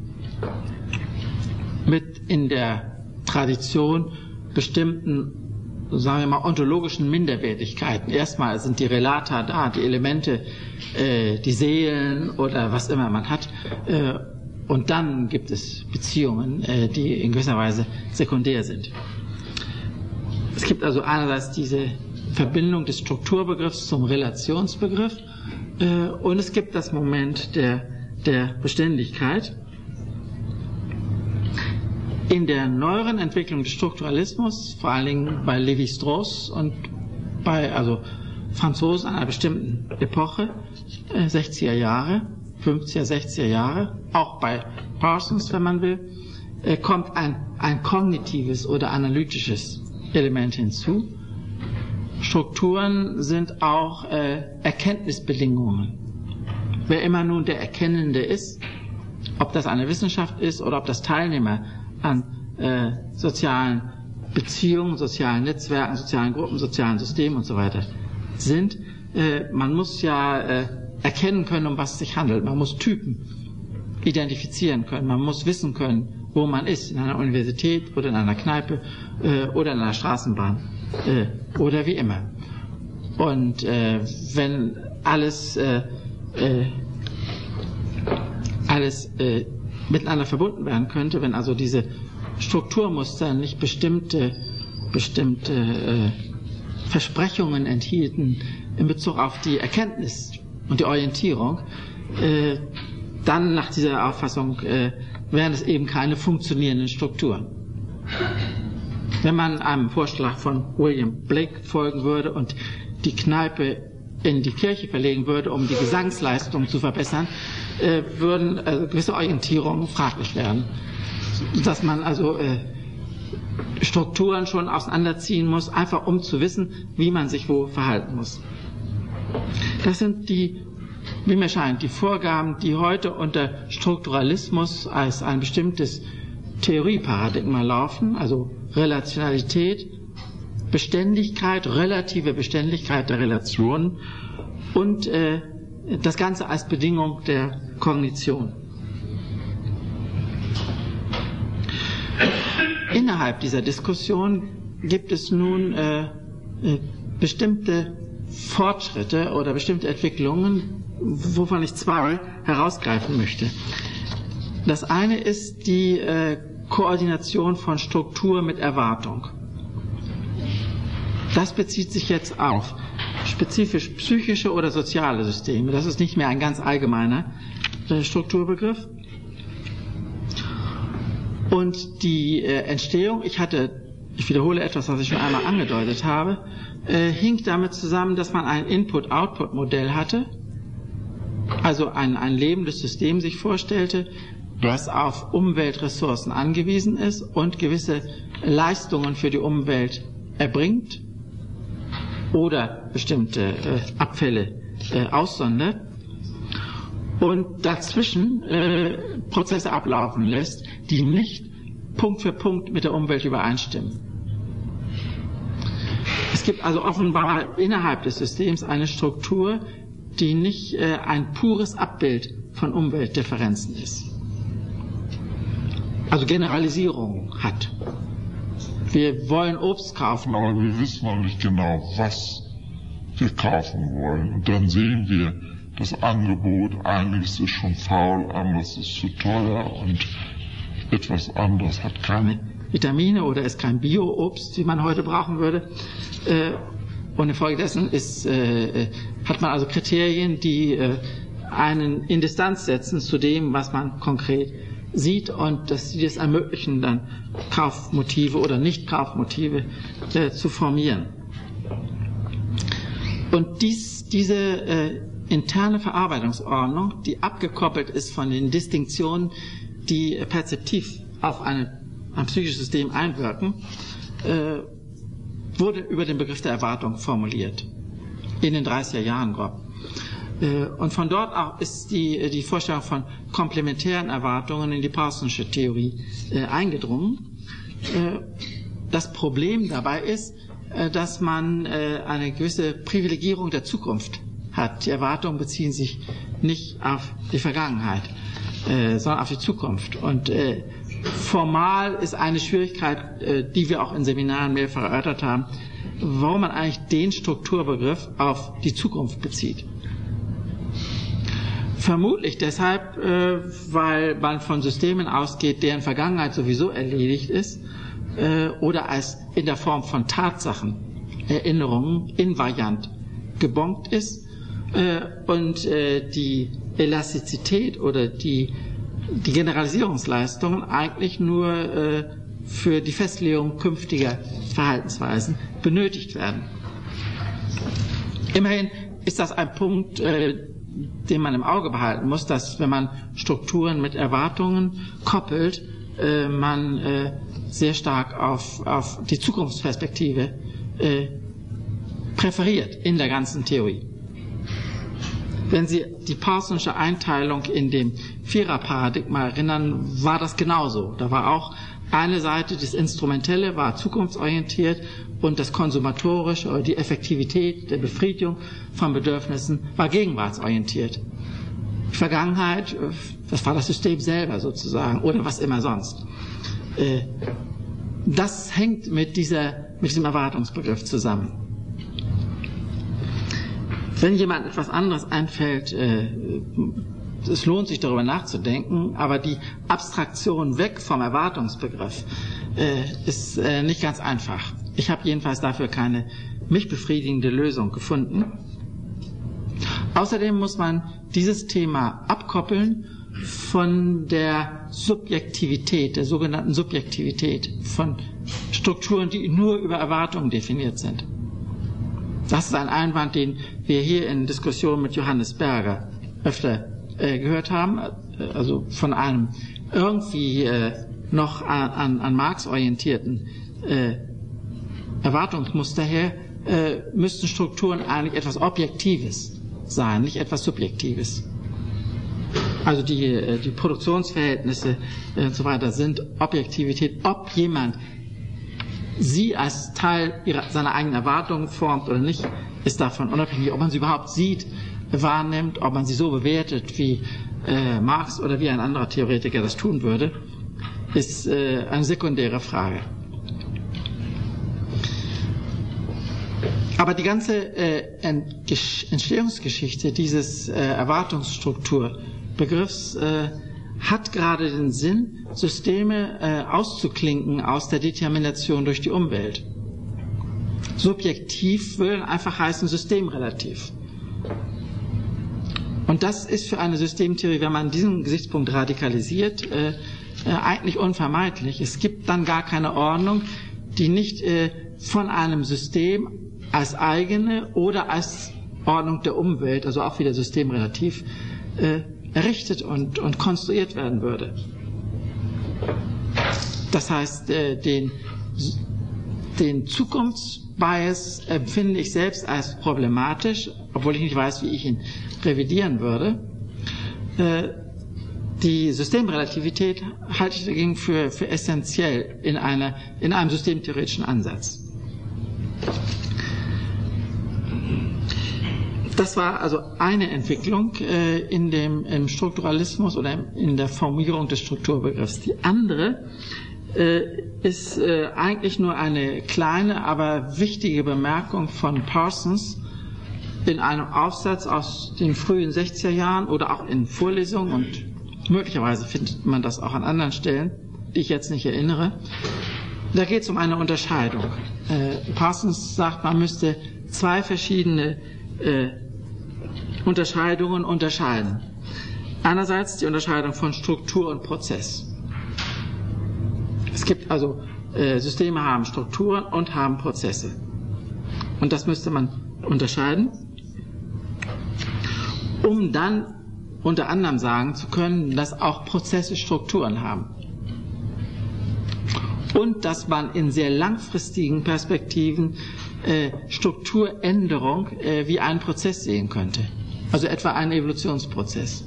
Mit in der Tradition bestimmten, sagen wir mal, ontologischen Minderwertigkeiten. Erstmal sind die Relata da, die Elemente, äh, die Seelen oder was immer man hat. Äh, und dann gibt es Beziehungen, äh, die in gewisser Weise sekundär sind. Es gibt also einerseits diese Verbindung des Strukturbegriffs zum Relationsbegriff äh, und es gibt das Moment der, der Beständigkeit. In der neueren Entwicklung des Strukturalismus, vor allen Dingen bei Lévi-Strauss und bei also Franzosen einer bestimmten Epoche, äh, sechziger Jahre, fünfziger, sechziger Jahre, auch bei Parsons, wenn man will, äh, kommt ein, ein kognitives oder analytisches Element hinzu. Strukturen sind auch äh, Erkenntnisbedingungen. Wer immer nun der Erkennende ist, ob das eine Wissenschaft ist oder ob das Teilnehmer an äh, sozialen Beziehungen, sozialen Netzwerken, sozialen Gruppen, sozialen Systemen und so weiter sind. Äh, man muss ja äh, erkennen können, um was es sich handelt. Man muss Typen identifizieren können. Man muss wissen können, wo man ist, in einer Universität oder in einer Kneipe äh, oder in einer Straßenbahn äh, oder wie immer. Und äh, wenn alles äh, äh, alles äh, miteinander verbunden werden könnte, wenn also diese Strukturmuster nicht bestimmte, bestimmte äh, Versprechungen enthielten in Bezug auf die Erkenntnis und die Orientierung, äh, dann nach dieser Auffassung äh, wären es eben keine funktionierenden Strukturen. Wenn man einem Vorschlag von William Blake folgen würde und die Kneipe in die Kirche verlegen würde, um die Gesangsleistung zu verbessern, äh, würden äh, gewisse Orientierungen fraglich werden. Dass man also äh, Strukturen schon auseinanderziehen muss, einfach um zu wissen, wie man sich wo verhalten muss. Das sind die, wie mir scheint, die Vorgaben, die heute unter Strukturalismus als ein bestimmtes Theorieparadigma laufen, also Relationalität, Beständigkeit, relative Beständigkeit der Relationen und äh, das Ganze als Bedingung der Kognition. Innerhalb dieser Diskussion gibt es nun äh, äh, bestimmte Fortschritte oder bestimmte Entwicklungen, wovon ich zwei herausgreifen möchte. Das eine ist die äh, Koordination von Struktur mit Erwartung. Das bezieht sich jetzt auf spezifisch psychische oder soziale Systeme. Das ist nicht mehr ein ganz allgemeiner äh, Strukturbegriff. Und die äh, Entstehung, ich hatte, ich wiederhole etwas, was ich schon einmal angedeutet habe, äh, hing damit zusammen, dass man ein Input-Output-Modell hatte, also ein, ein lebendes System sich vorstellte, das auf Umweltressourcen angewiesen ist und gewisse Leistungen für die Umwelt erbringt oder bestimmte äh, Abfälle äh, aussondert und dazwischen äh, Prozesse ablaufen lässt, die nicht Punkt für Punkt mit der Umwelt übereinstimmen. Es gibt also offenbar innerhalb des Systems eine Struktur, die nicht äh, ein pures Abbild von Umweltdifferenzen ist. Also Generalisierung hat. Wir wollen Obst kaufen, aber wir wissen noch nicht genau, was wir kaufen wollen. Und dann sehen wir, das Angebot, einiges ist schon faul, anderes ist zu teuer und etwas anderes hat keine Vitamine oder ist kein Bio-Obst, wie man heute brauchen würde. Äh, und infolgedessen ist, äh, hat man also Kriterien, die äh, einen in Distanz setzen zu dem, was man konkret sieht und dass sie das ermöglichen, dann Kaufmotive oder Nicht-Kaufmotive äh, zu formieren. Und dies, diese äh, interne Verarbeitungsordnung, die abgekoppelt ist von den Distinktionen, die äh, perzeptiv auf eine, ein psychisches System einwirken, äh, wurde über den Begriff der Erwartung formuliert. In den dreißiger Jahren grob. Und von dort auch ist die, die Vorstellung von komplementären Erwartungen in die Parsonsche Theorie äh, eingedrungen. Äh, das Problem dabei ist, äh, dass man äh, eine gewisse Privilegierung der Zukunft hat. Die Erwartungen beziehen sich nicht auf die Vergangenheit, äh, sondern auf die Zukunft. Und äh, formal ist eine Schwierigkeit, äh, die wir auch in Seminaren mehrfach erörtert haben, warum man eigentlich den Strukturbegriff auf die Zukunft bezieht. Vermutlich deshalb, äh, weil man von Systemen ausgeht, deren Vergangenheit sowieso erledigt ist äh, oder als in der Form von Tatsachen, Erinnerungen invariant gebongt ist äh, und äh, die Elastizität oder die, die Generalisierungsleistungen eigentlich nur äh, für die Festlegung künftiger Verhaltensweisen benötigt werden. Immerhin ist das ein Punkt, äh, den man im Auge behalten muss, dass wenn man Strukturen mit Erwartungen koppelt, äh, man äh, sehr stark auf, auf die Zukunftsperspektive äh, präferiert in der ganzen Theorie. Wenn Sie die Parsonsche Einteilung in dem Viererparadigma erinnern, war das genauso. Da war auch eine Seite, das Instrumentelle, war zukunftsorientiert und das Konsumatorische oder die Effektivität der Befriedigung von Bedürfnissen war gegenwartsorientiert. Die Vergangenheit, das war das System selber sozusagen oder was immer sonst. Das hängt mit, dieser, mit diesem Erwartungsbegriff zusammen. Wenn jemand etwas anderes einfällt, es lohnt sich darüber nachzudenken, aber die Abstraktion weg vom Erwartungsbegriff äh, ist äh, nicht ganz einfach. Ich habe jedenfalls dafür keine mich befriedigende Lösung gefunden. Außerdem muss man dieses Thema abkoppeln von der Subjektivität, der sogenannten Subjektivität, von Strukturen, die nur über Erwartungen definiert sind. Das ist ein Einwand, den wir hier in Diskussionen mit Johannes Berger öfter äh, gehört haben, also von einem irgendwie äh, noch an, an, an Marx orientierten äh, Erwartungsmuster her, äh, müssten Strukturen eigentlich etwas Objektives sein, nicht etwas Subjektives. Also die, die Produktionsverhältnisse und so weiter sind Objektivität. Ob jemand sie als Teil ihrer, seiner eigenen Erwartungen formt oder nicht, ist davon unabhängig. Ob man sie überhaupt sieht, wahrnimmt, ob man sie so bewertet, wie äh, Marx oder wie ein anderer Theoretiker das tun würde, ist äh, eine sekundäre Frage. Aber die ganze äh, Entstehungsgeschichte dieses äh, Erwartungsstrukturbegriffs äh, hat gerade den Sinn, Systeme äh, auszuklinken aus der Determination durch die Umwelt. Subjektiv will einfach heißen systemrelativ. Und das ist für eine Systemtheorie, wenn man diesen Gesichtspunkt radikalisiert, äh, äh, eigentlich unvermeidlich. Es gibt dann gar keine Ordnung, die nicht äh, von einem System als eigene oder als Ordnung der Umwelt, also auch wieder systemrelativ, äh, errichtet und, und konstruiert werden würde. Das heißt, äh, den, den Zukunftsbias empfinde ich selbst als problematisch, obwohl ich nicht weiß, wie ich ihn revidieren würde. Äh, die Systemrelativität halte ich dagegen für, für essentiell in, einer, in einem systemtheoretischen Ansatz. Das war also eine Entwicklung äh, in dem im Strukturalismus oder in der Formierung des Strukturbegriffs. Die andere äh, ist äh, eigentlich nur eine kleine, aber wichtige Bemerkung von Parsons in einem Aufsatz aus den frühen sechziger Jahren oder auch in Vorlesungen, und möglicherweise findet man das auch an anderen Stellen, die ich jetzt nicht erinnere. Da geht es um eine Unterscheidung. Äh, Parsons sagt, man müsste zwei verschiedene äh, Unterscheidungen unterscheiden. Einerseits die Unterscheidung von Struktur und Prozess. Es gibt also äh, Systeme haben Strukturen und haben Prozesse. Und das müsste man unterscheiden, um dann unter anderem sagen zu können, dass auch Prozesse Strukturen haben. Und dass man in sehr langfristigen Perspektiven äh, Strukturänderung äh, wie einen Prozess sehen könnte. Also etwa einen Evolutionsprozess.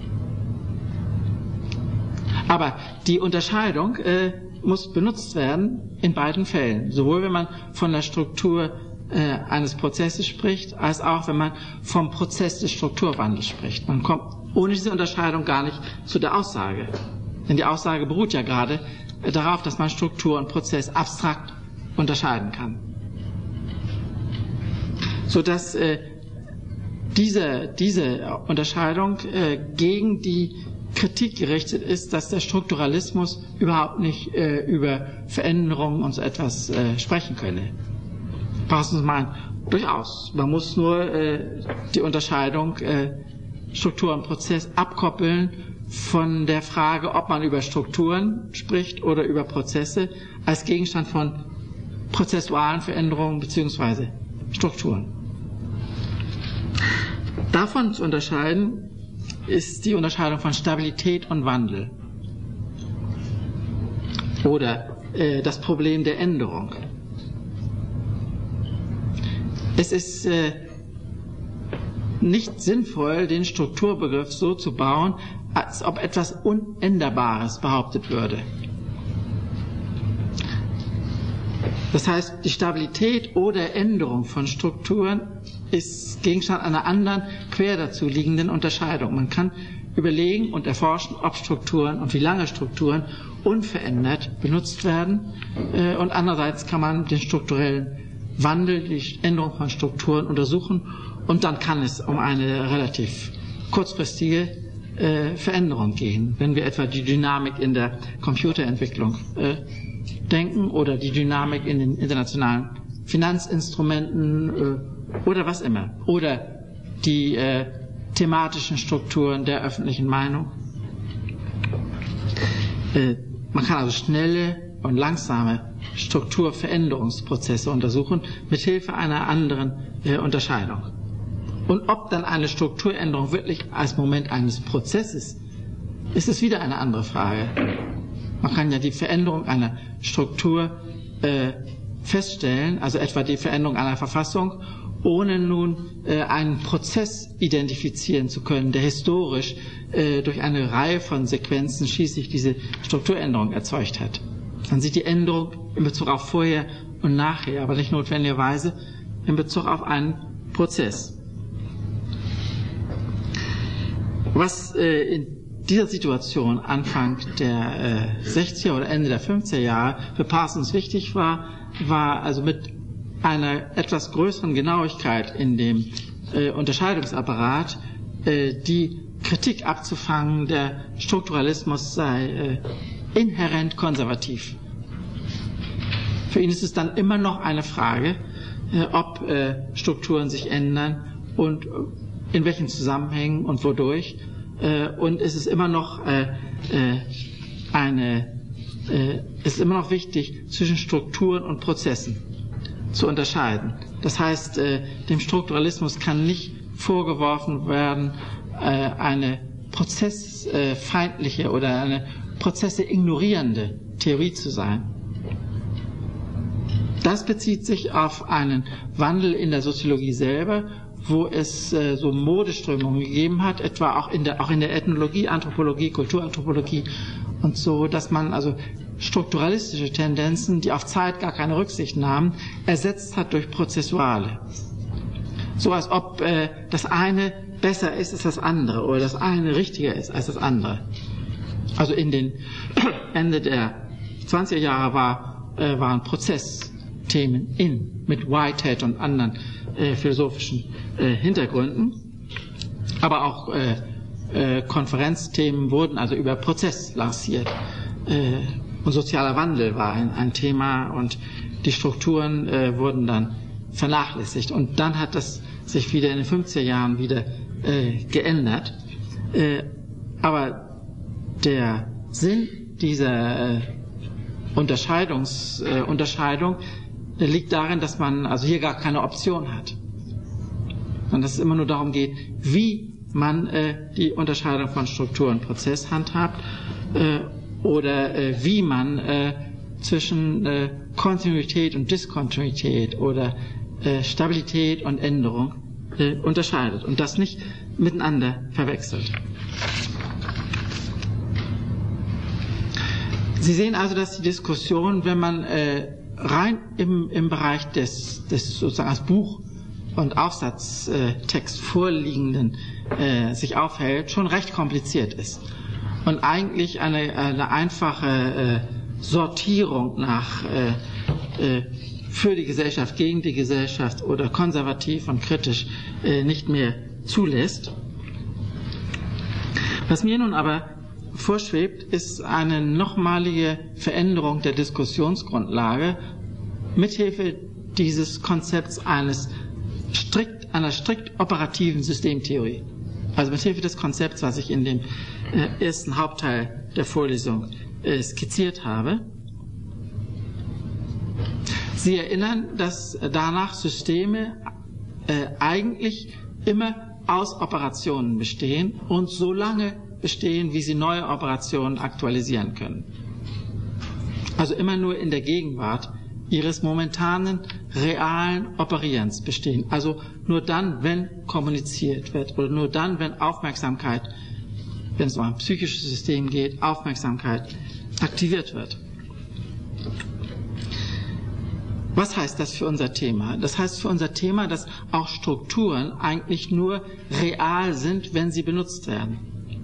Aber die Unterscheidung äh, muss benutzt werden in beiden Fällen. Sowohl wenn man von der Struktur äh, eines Prozesses spricht, als auch wenn man vom Prozess des Strukturwandels spricht. Man kommt ohne diese Unterscheidung gar nicht zu der Aussage. Denn die Aussage beruht ja gerade äh, darauf, dass man Struktur und Prozess abstrakt unterscheiden kann. Sodass äh, diese, diese Unterscheidung äh, gegen die Kritik gerichtet ist, dass der Strukturalismus überhaupt nicht äh, über Veränderungen und so etwas äh, sprechen könne. Parsons meint, durchaus. Man muss nur äh, die Unterscheidung äh, Struktur und Prozess abkoppeln von der Frage, ob man über Strukturen spricht oder über Prozesse als Gegenstand von prozessualen Veränderungen bzw. Strukturen. Davon zu unterscheiden ist die Unterscheidung von Stabilität und Wandel oder äh, das Problem der Änderung. Es ist äh, nicht sinnvoll, den Strukturbegriff so zu bauen, als ob etwas Unänderbares behauptet würde. Das heißt, die Stabilität oder Änderung von Strukturen ist Gegenstand einer anderen, quer dazu liegenden Unterscheidung. Man kann überlegen und erforschen, ob Strukturen und wie lange Strukturen unverändert benutzt werden. Und andererseits kann man den strukturellen Wandel, die Änderung von Strukturen untersuchen. Und dann kann es um eine relativ kurzfristige äh, Veränderung gehen. Wenn wir etwa die Dynamik in der Computerentwicklung äh, denken oder die Dynamik in den internationalen Finanzinstrumenten äh, oder was immer. Oder die äh, thematischen Strukturen der öffentlichen Meinung. Äh, man kann also schnelle und langsame Strukturveränderungsprozesse untersuchen, mithilfe einer anderen äh, Unterscheidung. Und ob dann eine Strukturänderung wirklich als Moment eines Prozesses ist, ist wieder eine andere Frage. Man kann ja die Veränderung einer Struktur äh, feststellen, also etwa die Veränderung einer Verfassung, ohne nun äh, einen Prozess identifizieren zu können, der historisch äh, durch eine Reihe von Sequenzen schließlich diese Strukturänderung erzeugt hat. Man sieht die Änderung in Bezug auf vorher und nachher, aber nicht notwendigerweise in Bezug auf einen Prozess. Was äh, in dieser Situation Anfang der äh, sechziger oder Ende der fünfziger Jahre für Parsons wichtig war, war also mit einer etwas größeren Genauigkeit in dem äh, Unterscheidungsapparat äh, die Kritik abzufangen, der Strukturalismus sei äh, inhärent konservativ. Für ihn ist es dann immer noch eine Frage, äh, ob äh, Strukturen sich ändern und in welchen Zusammenhängen und wodurch. Äh, und es ist immer noch äh, äh, eine, äh, es ist immer noch wichtig, zwischen Strukturen und Prozessen zu unterscheiden. Das heißt, äh, dem Strukturalismus kann nicht vorgeworfen werden, äh, eine prozessfeindliche oder eine Prozesse ignorierende Theorie zu sein. Das bezieht sich auf einen Wandel in der Soziologie selber, wo es äh, so Modeströmungen gegeben hat, etwa auch in der, auch in der Ethnologie, Anthropologie, Kulturanthropologie und so, dass man also strukturalistische Tendenzen, die auf Zeit gar keine Rücksicht nahmen, ersetzt hat durch prozessuale. So als ob äh, das eine besser ist als das andere oder das eine richtiger ist als das andere. Also in den Ende der zwanziger Jahre war, äh, waren Prozessthemen in, mit Whitehead und anderen äh, philosophischen äh, Hintergründen, aber auch äh, äh, Konferenzthemen wurden also über Prozess lanciert. Äh, und sozialer Wandel war ein, ein Thema und die Strukturen äh, wurden dann vernachlässigt. Und dann hat das sich wieder in den fünfziger Jahren wieder äh, geändert. Äh, aber der Sinn dieser äh, Unterscheidungs, äh, Unterscheidung der liegt darin, dass man also hier gar keine Option hat. Und dass es immer nur darum geht, wie man äh, die Unterscheidung von Struktur und Prozess handhabt äh, oder äh, wie man äh, zwischen äh, Kontinuität und Diskontinuität oder äh, Stabilität und Änderung äh, unterscheidet und das nicht miteinander verwechselt. Sie sehen also, dass die Diskussion, wenn man äh, rein im, im Bereich des, des sozusagen als Buch- und Aufsatztext äh, vorliegenden äh, sich aufhält, schon recht kompliziert ist. Und eigentlich eine, eine einfache äh, Sortierung nach äh, äh, für die Gesellschaft, gegen die Gesellschaft oder konservativ und kritisch äh, nicht mehr zulässt. Was mir nun aber vorschwebt, ist eine nochmalige Veränderung der Diskussionsgrundlage mithilfe dieses Konzepts eines strikt, einer strikt operativen Systemtheorie. Also mithilfe des Konzepts, was ich in dem äh, ersten Hauptteil der Vorlesung äh, skizziert habe. Sie erinnern, dass danach Systeme äh, eigentlich immer aus Operationen bestehen und so lange bestehen, wie sie neue Operationen aktualisieren können. Also immer nur in der Gegenwart ihres momentanen, realen Operierens bestehen. Also nur dann, wenn kommuniziert wird oder nur dann, wenn Aufmerksamkeit, wenn es um ein psychisches System geht, Aufmerksamkeit aktiviert wird. Was heißt das für unser Thema? Das heißt für unser Thema, dass auch Strukturen eigentlich nur real sind, wenn sie benutzt werden.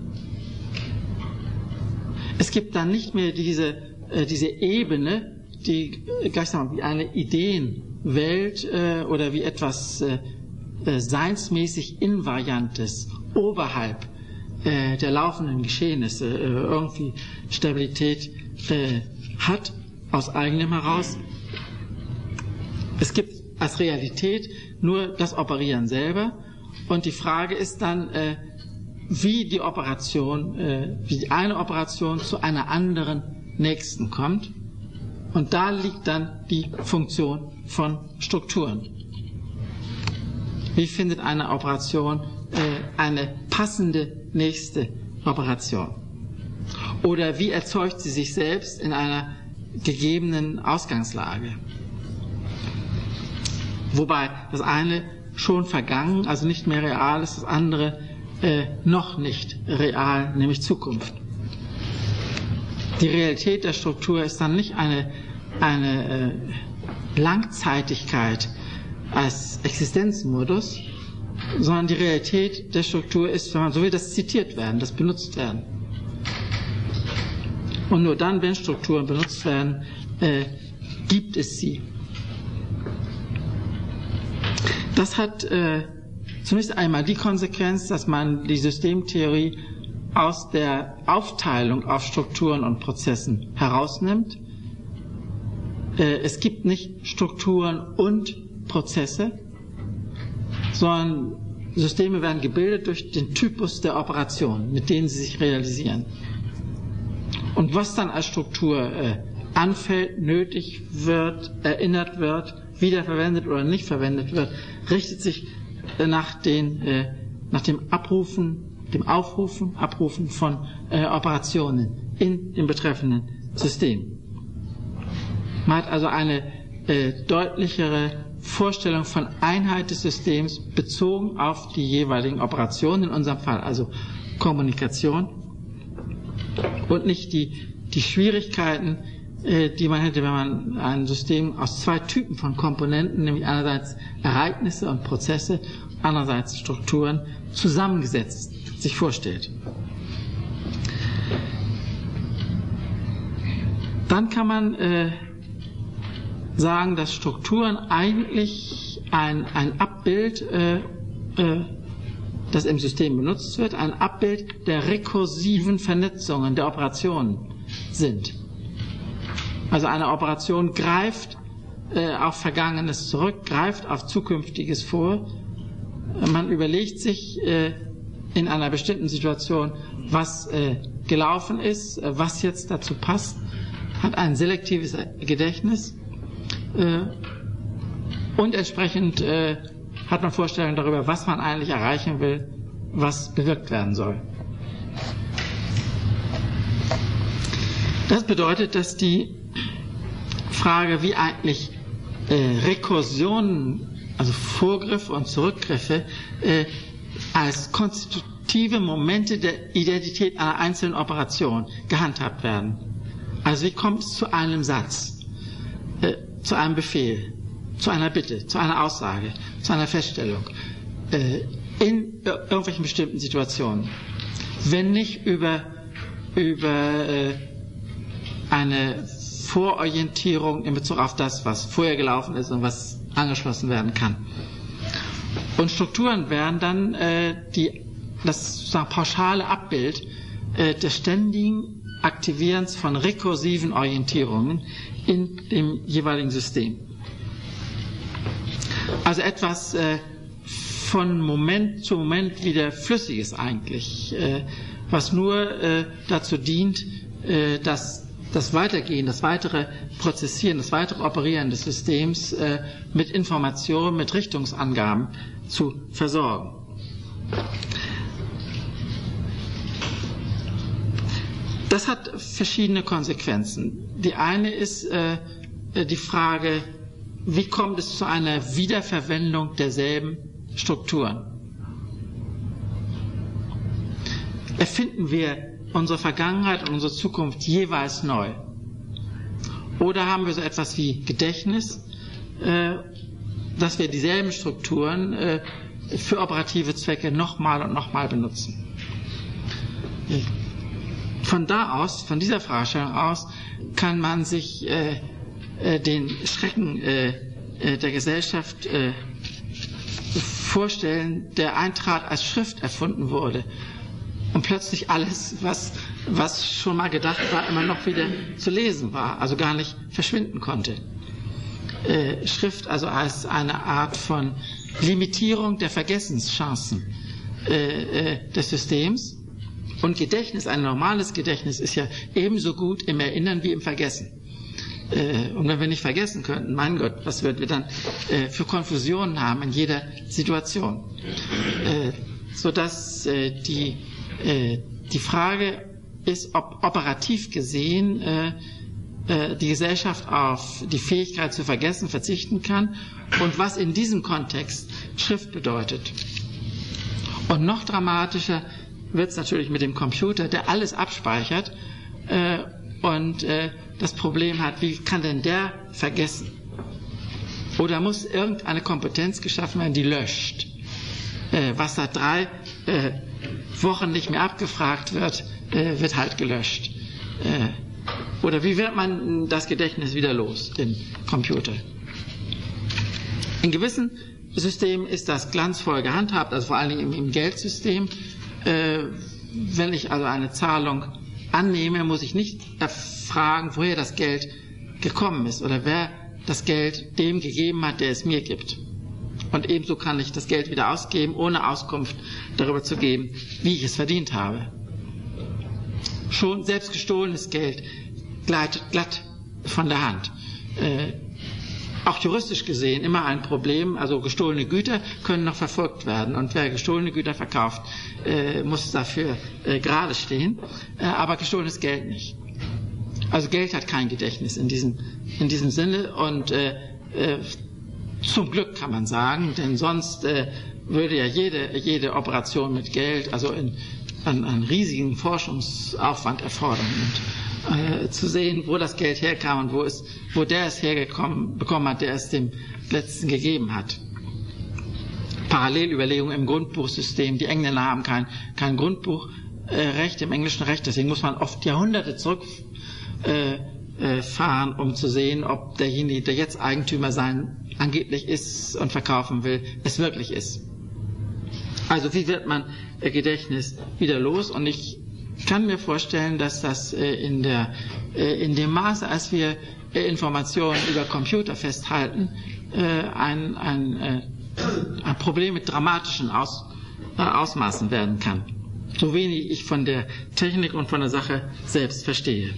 Es gibt dann nicht mehr diese, äh, diese Ebene, die äh, gleichsam wie eine Ideenwelt äh, oder wie etwas äh, äh, seinsmäßig Invariantes oberhalb äh, der laufenden Geschehnisse äh, irgendwie Stabilität äh, hat, aus eigenem heraus. Es gibt als Realität nur das Operieren selber und die Frage ist dann, äh, wie die Operation, äh, wie die eine Operation zu einer anderen nächsten kommt. Und da liegt dann die Funktion von Strukturen. Wie findet eine Operation äh, eine passende nächste Operation? Oder wie erzeugt sie sich selbst in einer gegebenen Ausgangslage? Wobei das eine schon vergangen, also nicht mehr real ist, das andere äh, noch nicht real, nämlich Zukunft. Die Realität der Struktur ist dann nicht eine, eine äh, Langzeitigkeit als Existenzmodus, sondern die Realität der Struktur ist, wenn man so will, das zitiert werden, das benutzt werden. Und nur dann, wenn Strukturen benutzt werden, äh, gibt es sie. Das hat äh, zunächst einmal die Konsequenz, dass man die Systemtheorie aus der Aufteilung auf Strukturen und Prozessen herausnimmt. Äh, es gibt nicht Strukturen und Prozesse, sondern Systeme werden gebildet durch den Typus der Operation, mit denen sie sich realisieren. Und was dann als Struktur äh, anfällt, nötig wird, erinnert wird, wiederverwendet oder nicht verwendet wird, richtet sich äh, nach, den, äh, nach dem Abrufen, dem Aufrufen, Abrufen von äh, Operationen in dem betreffenden System. Man hat also eine äh, deutlichere Vorstellung von Einheit des Systems bezogen auf die jeweiligen Operationen, in unserem Fall also Kommunikation, und nicht die, die Schwierigkeiten, äh, die man hätte, wenn man ein System aus zwei Typen von Komponenten, nämlich einerseits Ereignisse und Prozesse, andererseits Strukturen, zusammengesetzt sich vorstellt. Dann kann man äh, sagen, dass Strukturen eigentlich ein, ein Abbild, äh, äh, das im System benutzt wird, ein Abbild der rekursiven Vernetzungen der Operationen sind. Also eine Operation greift äh, auf Vergangenes zurück, greift auf Zukünftiges vor. Man überlegt sich äh, in einer bestimmten Situation, was äh, gelaufen ist, äh, was jetzt dazu passt, hat ein selektives Gedächtnis äh, und entsprechend äh, hat man Vorstellungen darüber, was man eigentlich erreichen will, was bewirkt werden soll. Das bedeutet, dass die Frage, wie eigentlich äh, Rekursionen, also Vorgriffe und Zurückgriffe, äh, als konstitutive Momente der Identität einer einzelnen Operation gehandhabt werden. Also wie kommt es zu einem Satz, äh, zu einem Befehl, zu einer Bitte, zu einer Aussage, zu einer Feststellung, äh, in ir irgendwelchen bestimmten Situationen, wenn nicht über, über äh, eine Vororientierung in Bezug auf das, was vorher gelaufen ist und was angeschlossen werden kann. Und Strukturen wären dann äh, die, das sozusagen pauschale Abbild äh, des ständigen Aktivierens von rekursiven Orientierungen in dem jeweiligen System. Also etwas äh, von Moment zu Moment wieder Flüssiges eigentlich, äh, was nur äh, dazu dient, äh, dass das Weitergehen, das weitere Prozessieren, das weitere Operieren des Systems äh, mit Informationen, mit Richtungsangaben zu versorgen. Das hat verschiedene Konsequenzen. Die eine ist äh, die Frage, wie kommt es zu einer Wiederverwendung derselben Strukturen? Erfinden wir unsere Vergangenheit und unsere Zukunft jeweils neu? Oder haben wir so etwas wie Gedächtnis, äh, dass wir dieselben Strukturen äh, für operative Zwecke nochmal und nochmal benutzen? Von da aus, von dieser Fragestellung aus, kann man sich äh, äh, den Schrecken äh, äh, der Gesellschaft äh, vorstellen, der eintrat, als Schrift erfunden wurde. Und plötzlich alles, was, was schon mal gedacht war, immer noch wieder zu lesen war, also gar nicht verschwinden konnte. Äh, Schrift also als eine Art von Limitierung der Vergessenschancen äh, äh, des Systems. Und Gedächtnis, ein normales Gedächtnis, ist ja ebenso gut im Erinnern wie im Vergessen. Äh, und wenn wir nicht vergessen könnten, mein Gott, was würden wir dann äh, für Konfusionen haben in jeder Situation? Äh, sodass äh, die, äh, die Frage ist, ob operativ gesehen äh, äh, die Gesellschaft auf die Fähigkeit zu vergessen verzichten kann und was in diesem Kontext Schrift bedeutet. Und noch dramatischer wird es natürlich mit dem Computer, der alles abspeichert äh, und äh, das Problem hat, wie kann denn der vergessen? Oder muss irgendeine Kompetenz geschaffen werden, die löscht? Äh, was seit drei äh, Wochen nicht mehr abgefragt wird, äh, wird halt gelöscht. Äh, oder wie wird man das Gedächtnis wieder los, den Computer? In gewissen Systemen ist das glanzvoll gehandhabt, also vor allen Dingen im, im Geldsystem. Äh, wenn ich also eine Zahlung annehme, muss ich nicht erfragen, woher das Geld gekommen ist oder wer das Geld dem gegeben hat, der es mir gibt. Und ebenso kann ich das Geld wieder ausgeben, ohne Auskunft darüber zu geben, wie ich es verdient habe. Schon selbst gestohlenes Geld gleitet glatt von der Hand. Äh, auch juristisch gesehen immer ein Problem, also gestohlene Güter können noch verfolgt werden und wer gestohlene Güter verkauft, äh, muss dafür äh, gerade stehen, äh, aber gestohlenes Geld nicht. Also Geld hat kein Gedächtnis in diesem, in diesem Sinne und äh, äh, zum Glück kann man sagen, denn sonst äh, würde ja jede, jede Operation mit Geld also in, an, an riesigen Forschungsaufwand erfordern. Und, äh, zu sehen, wo das Geld herkam und wo, es, wo der es hergekommen bekommen hat, der es dem Letzten gegeben hat. Parallelüberlegungen im Grundbuchsystem. Die Engländer haben kein, kein Grundbuchrecht im englischen Recht, deswegen muss man oft Jahrhunderte zurückfahren, äh, äh, um zu sehen, ob derjenige, der jetzt Eigentümer sein angeblich ist und verkaufen will, es wirklich ist. Also wie wird man äh, Gedächtnis wieder los? Und ich kann mir vorstellen, dass das äh, in, der, äh, in dem Maße, als wir äh, Informationen über Computer festhalten, äh, ein, ein, äh, ein Problem mit dramatischen Aus, äh, Ausmaßen werden kann. So wenig ich von der Technik und von der Sache selbst verstehe.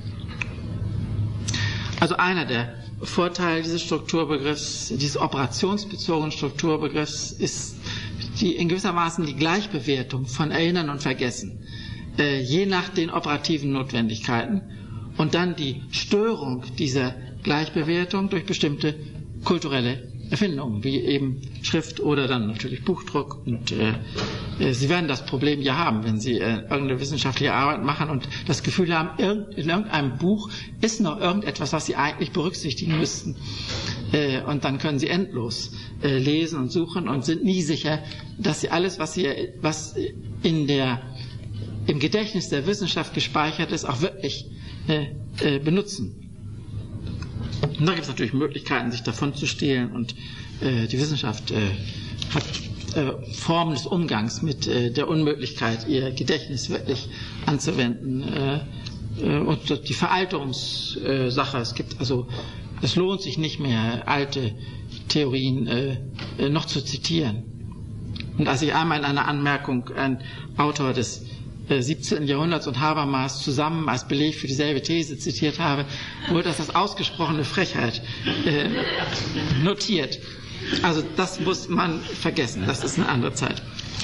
Also einer der Vorteile dieses Strukturbegriffs, dieses operationsbezogenen Strukturbegriffs, ist die, in gewisser Maßen die Gleichbewertung von Erinnern und Vergessen, äh, je nach den operativen Notwendigkeiten und dann die Störung dieser Gleichbewertung durch bestimmte kulturelle Erfindungen, wie eben Schrift oder dann natürlich Buchdruck. Und äh, äh, Sie werden das Problem ja haben, wenn Sie äh, irgendeine wissenschaftliche Arbeit machen und das Gefühl haben, irgend, in irgendeinem Buch ist noch irgendetwas, was Sie eigentlich berücksichtigen müssten. Äh, und dann können Sie endlos äh, lesen und suchen und sind nie sicher, dass Sie alles, was Sie, was in der, im Gedächtnis der Wissenschaft gespeichert ist, auch wirklich äh, äh, benutzen. Und da gibt es natürlich Möglichkeiten, sich davon zu stehlen und äh, die Wissenschaft äh, hat äh, Formen des Umgangs mit äh, der Unmöglichkeit, ihr Gedächtnis wirklich anzuwenden. Äh, äh, und die Veralterungssache, es gibt also, es lohnt sich nicht mehr, alte Theorien äh, äh, noch zu zitieren. Und als ich einmal in einer Anmerkung einen Autor des siebzehnten Jahrhunderts und Habermas zusammen als Beleg für dieselbe These zitiert habe, wurde das als ausgesprochene Frechheit äh, notiert. Also das muss man vergessen, das ist eine andere Zeit.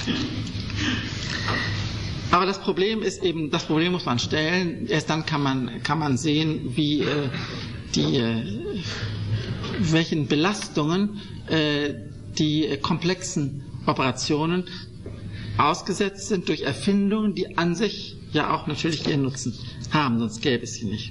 Aber das Problem ist eben, das Problem muss man stellen, erst dann kann man, kann man sehen, wie äh, die, äh, welchen Belastungen äh, die komplexen Operationen ausgesetzt sind durch Erfindungen, die an sich ja auch natürlich ihren Nutzen haben, sonst gäbe es sie nicht.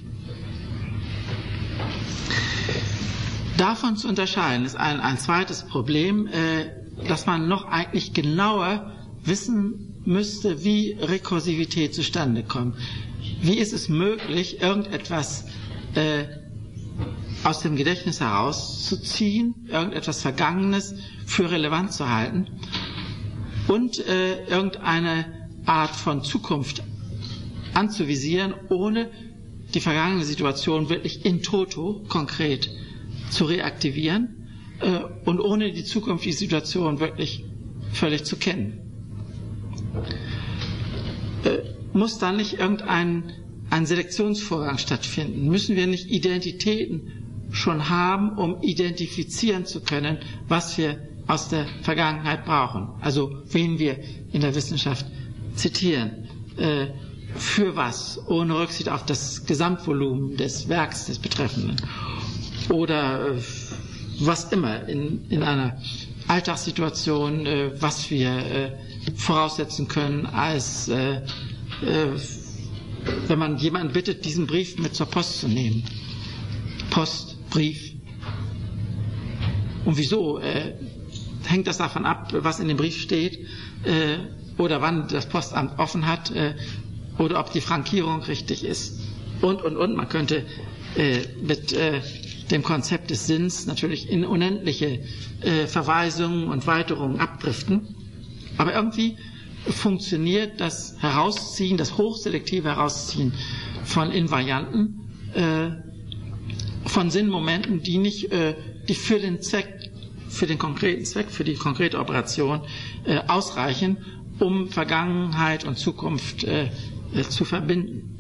Davon zu unterscheiden ist ein, ein zweites Problem, äh, dass man noch eigentlich genauer wissen müsste, wie Rekursivität zustande kommt. Wie ist es möglich, irgendetwas äh, aus dem Gedächtnis herauszuziehen, irgendetwas Vergangenes für relevant zu halten und äh, irgendeine Art von Zukunft anzuvisieren, ohne die vergangene Situation wirklich in toto konkret zu reaktivieren äh, und ohne die zukünftige Situation wirklich völlig zu kennen. Äh, muss da nicht irgendein ein Selektionsvorgang stattfinden? Müssen wir nicht Identitäten schon haben, um identifizieren zu können, was wir aus der Vergangenheit brauchen? Also wen wir in der Wissenschaft zitieren. Äh, für was? Ohne Rücksicht auf das Gesamtvolumen des Werks des Betreffenden. Oder äh, was immer in, in einer Alltagssituation, äh, was wir äh, voraussetzen können, als äh, äh, wenn man jemanden bittet, diesen Brief mit zur Post zu nehmen. Post, Brief. Und wieso? Äh, hängt das davon ab, was in dem Brief steht, äh, oder wann das Postamt offen hat, äh, oder ob die Frankierung richtig ist. Und, und, und. Man könnte äh, mit äh, dem Konzept des Sinns natürlich in unendliche äh, Verweisungen und Weiterungen abdriften. Aber irgendwie funktioniert das Herausziehen, das hochselektive Herausziehen von Invarianten, äh, von Sinnmomenten, die nicht, äh, die für den Zweck, für den konkreten Zweck, für die konkrete Operation äh, ausreichen, um Vergangenheit und Zukunft äh, äh, zu verbinden.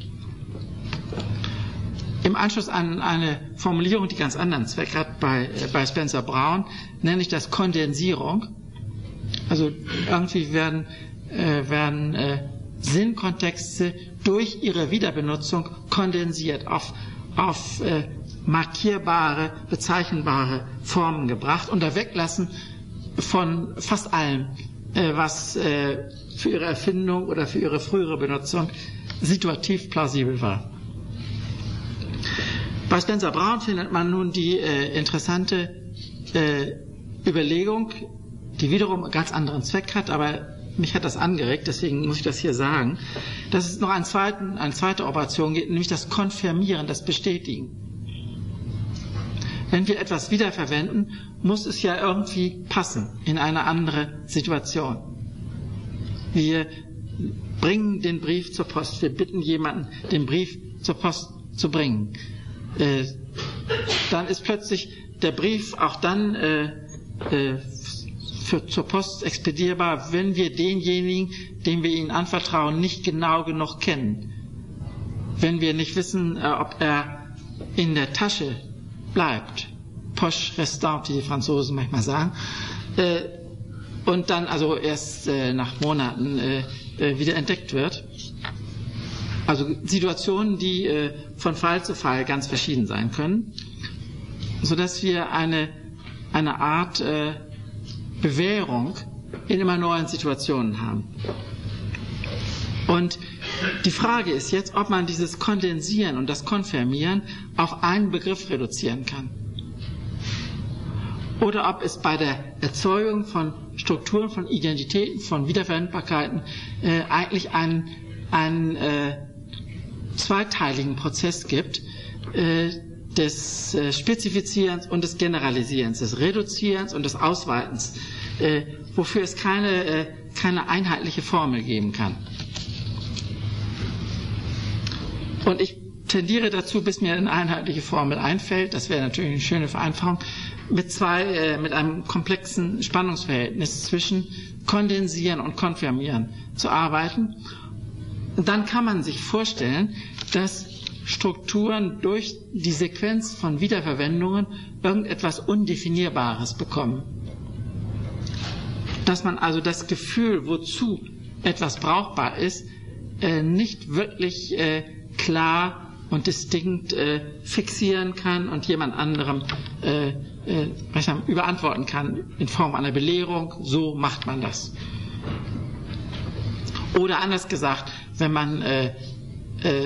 Im Anschluss an eine Formulierung, die ganz anderen Zweck hat bei, äh, bei Spencer Brown, nenne ich das Kondensierung. Also irgendwie werden, äh, werden äh, Sinnkontexte durch ihre Wiederbenutzung kondensiert, auf, auf äh, markierbare, bezeichnbare Formen gebracht, unter Weglassen von fast allem, äh, was äh, für ihre Erfindung oder für ihre frühere Benutzung situativ plausibel war. Bei Spencer Brown findet man nun die äh, interessante äh, Überlegung, die wiederum einen ganz anderen Zweck hat, aber mich hat das angeregt, deswegen muss ich das hier sagen, dass es noch einen zweiten, eine zweite Operation gibt, nämlich das Konfirmieren, das Bestätigen. Wenn wir etwas wiederverwenden, muss es ja irgendwie passen in eine andere Situation. Wir bringen den Brief zur Post, wir bitten jemanden, den Brief zur Post zu bringen. Äh, dann ist plötzlich der Brief auch dann äh, äh, für, zur Post expedierbar, wenn wir denjenigen, dem wir ihn anvertrauen, nicht genau genug kennen. Wenn wir nicht wissen, äh, ob er in der Tasche bleibt. Poche restant, wie die Franzosen manchmal sagen. Äh, und dann also erst äh, nach Monaten äh, äh, wieder entdeckt wird. Also Situationen, die äh, von Fall zu Fall ganz verschieden sein können, sodass wir eine, eine Art äh, Bewährung in immer neuen Situationen haben. Und die Frage ist jetzt, ob man dieses Kondensieren und das Konfirmieren auf einen Begriff reduzieren kann. Oder ob es bei der Erzeugung von Strukturen, von Identitäten, von Wiederverwendbarkeiten äh, eigentlich einen, einen äh, zweiteiligen Prozess gibt, äh, des äh, Spezifizierens und des Generalisierens, des Reduzierens und des Ausweitens, äh, wofür es keine, äh, keine einheitliche Formel geben kann. Und ich tendiere dazu, bis mir eine einheitliche Formel einfällt, das wäre natürlich eine schöne Vereinfachung, mit zwei, äh, mit einem komplexen Spannungsverhältnis zwischen Kondensieren und Konfirmieren zu arbeiten. Und dann kann man sich vorstellen, dass Strukturen durch die Sequenz von Wiederverwendungen irgendetwas Undefinierbares bekommen. Dass man also das Gefühl, wozu etwas brauchbar ist, äh, nicht wirklich äh, klar und distinkt äh, fixieren kann und jemand anderem äh, äh, überantworten kann in Form einer Belehrung, so macht man das. Oder anders gesagt, wenn man äh, äh,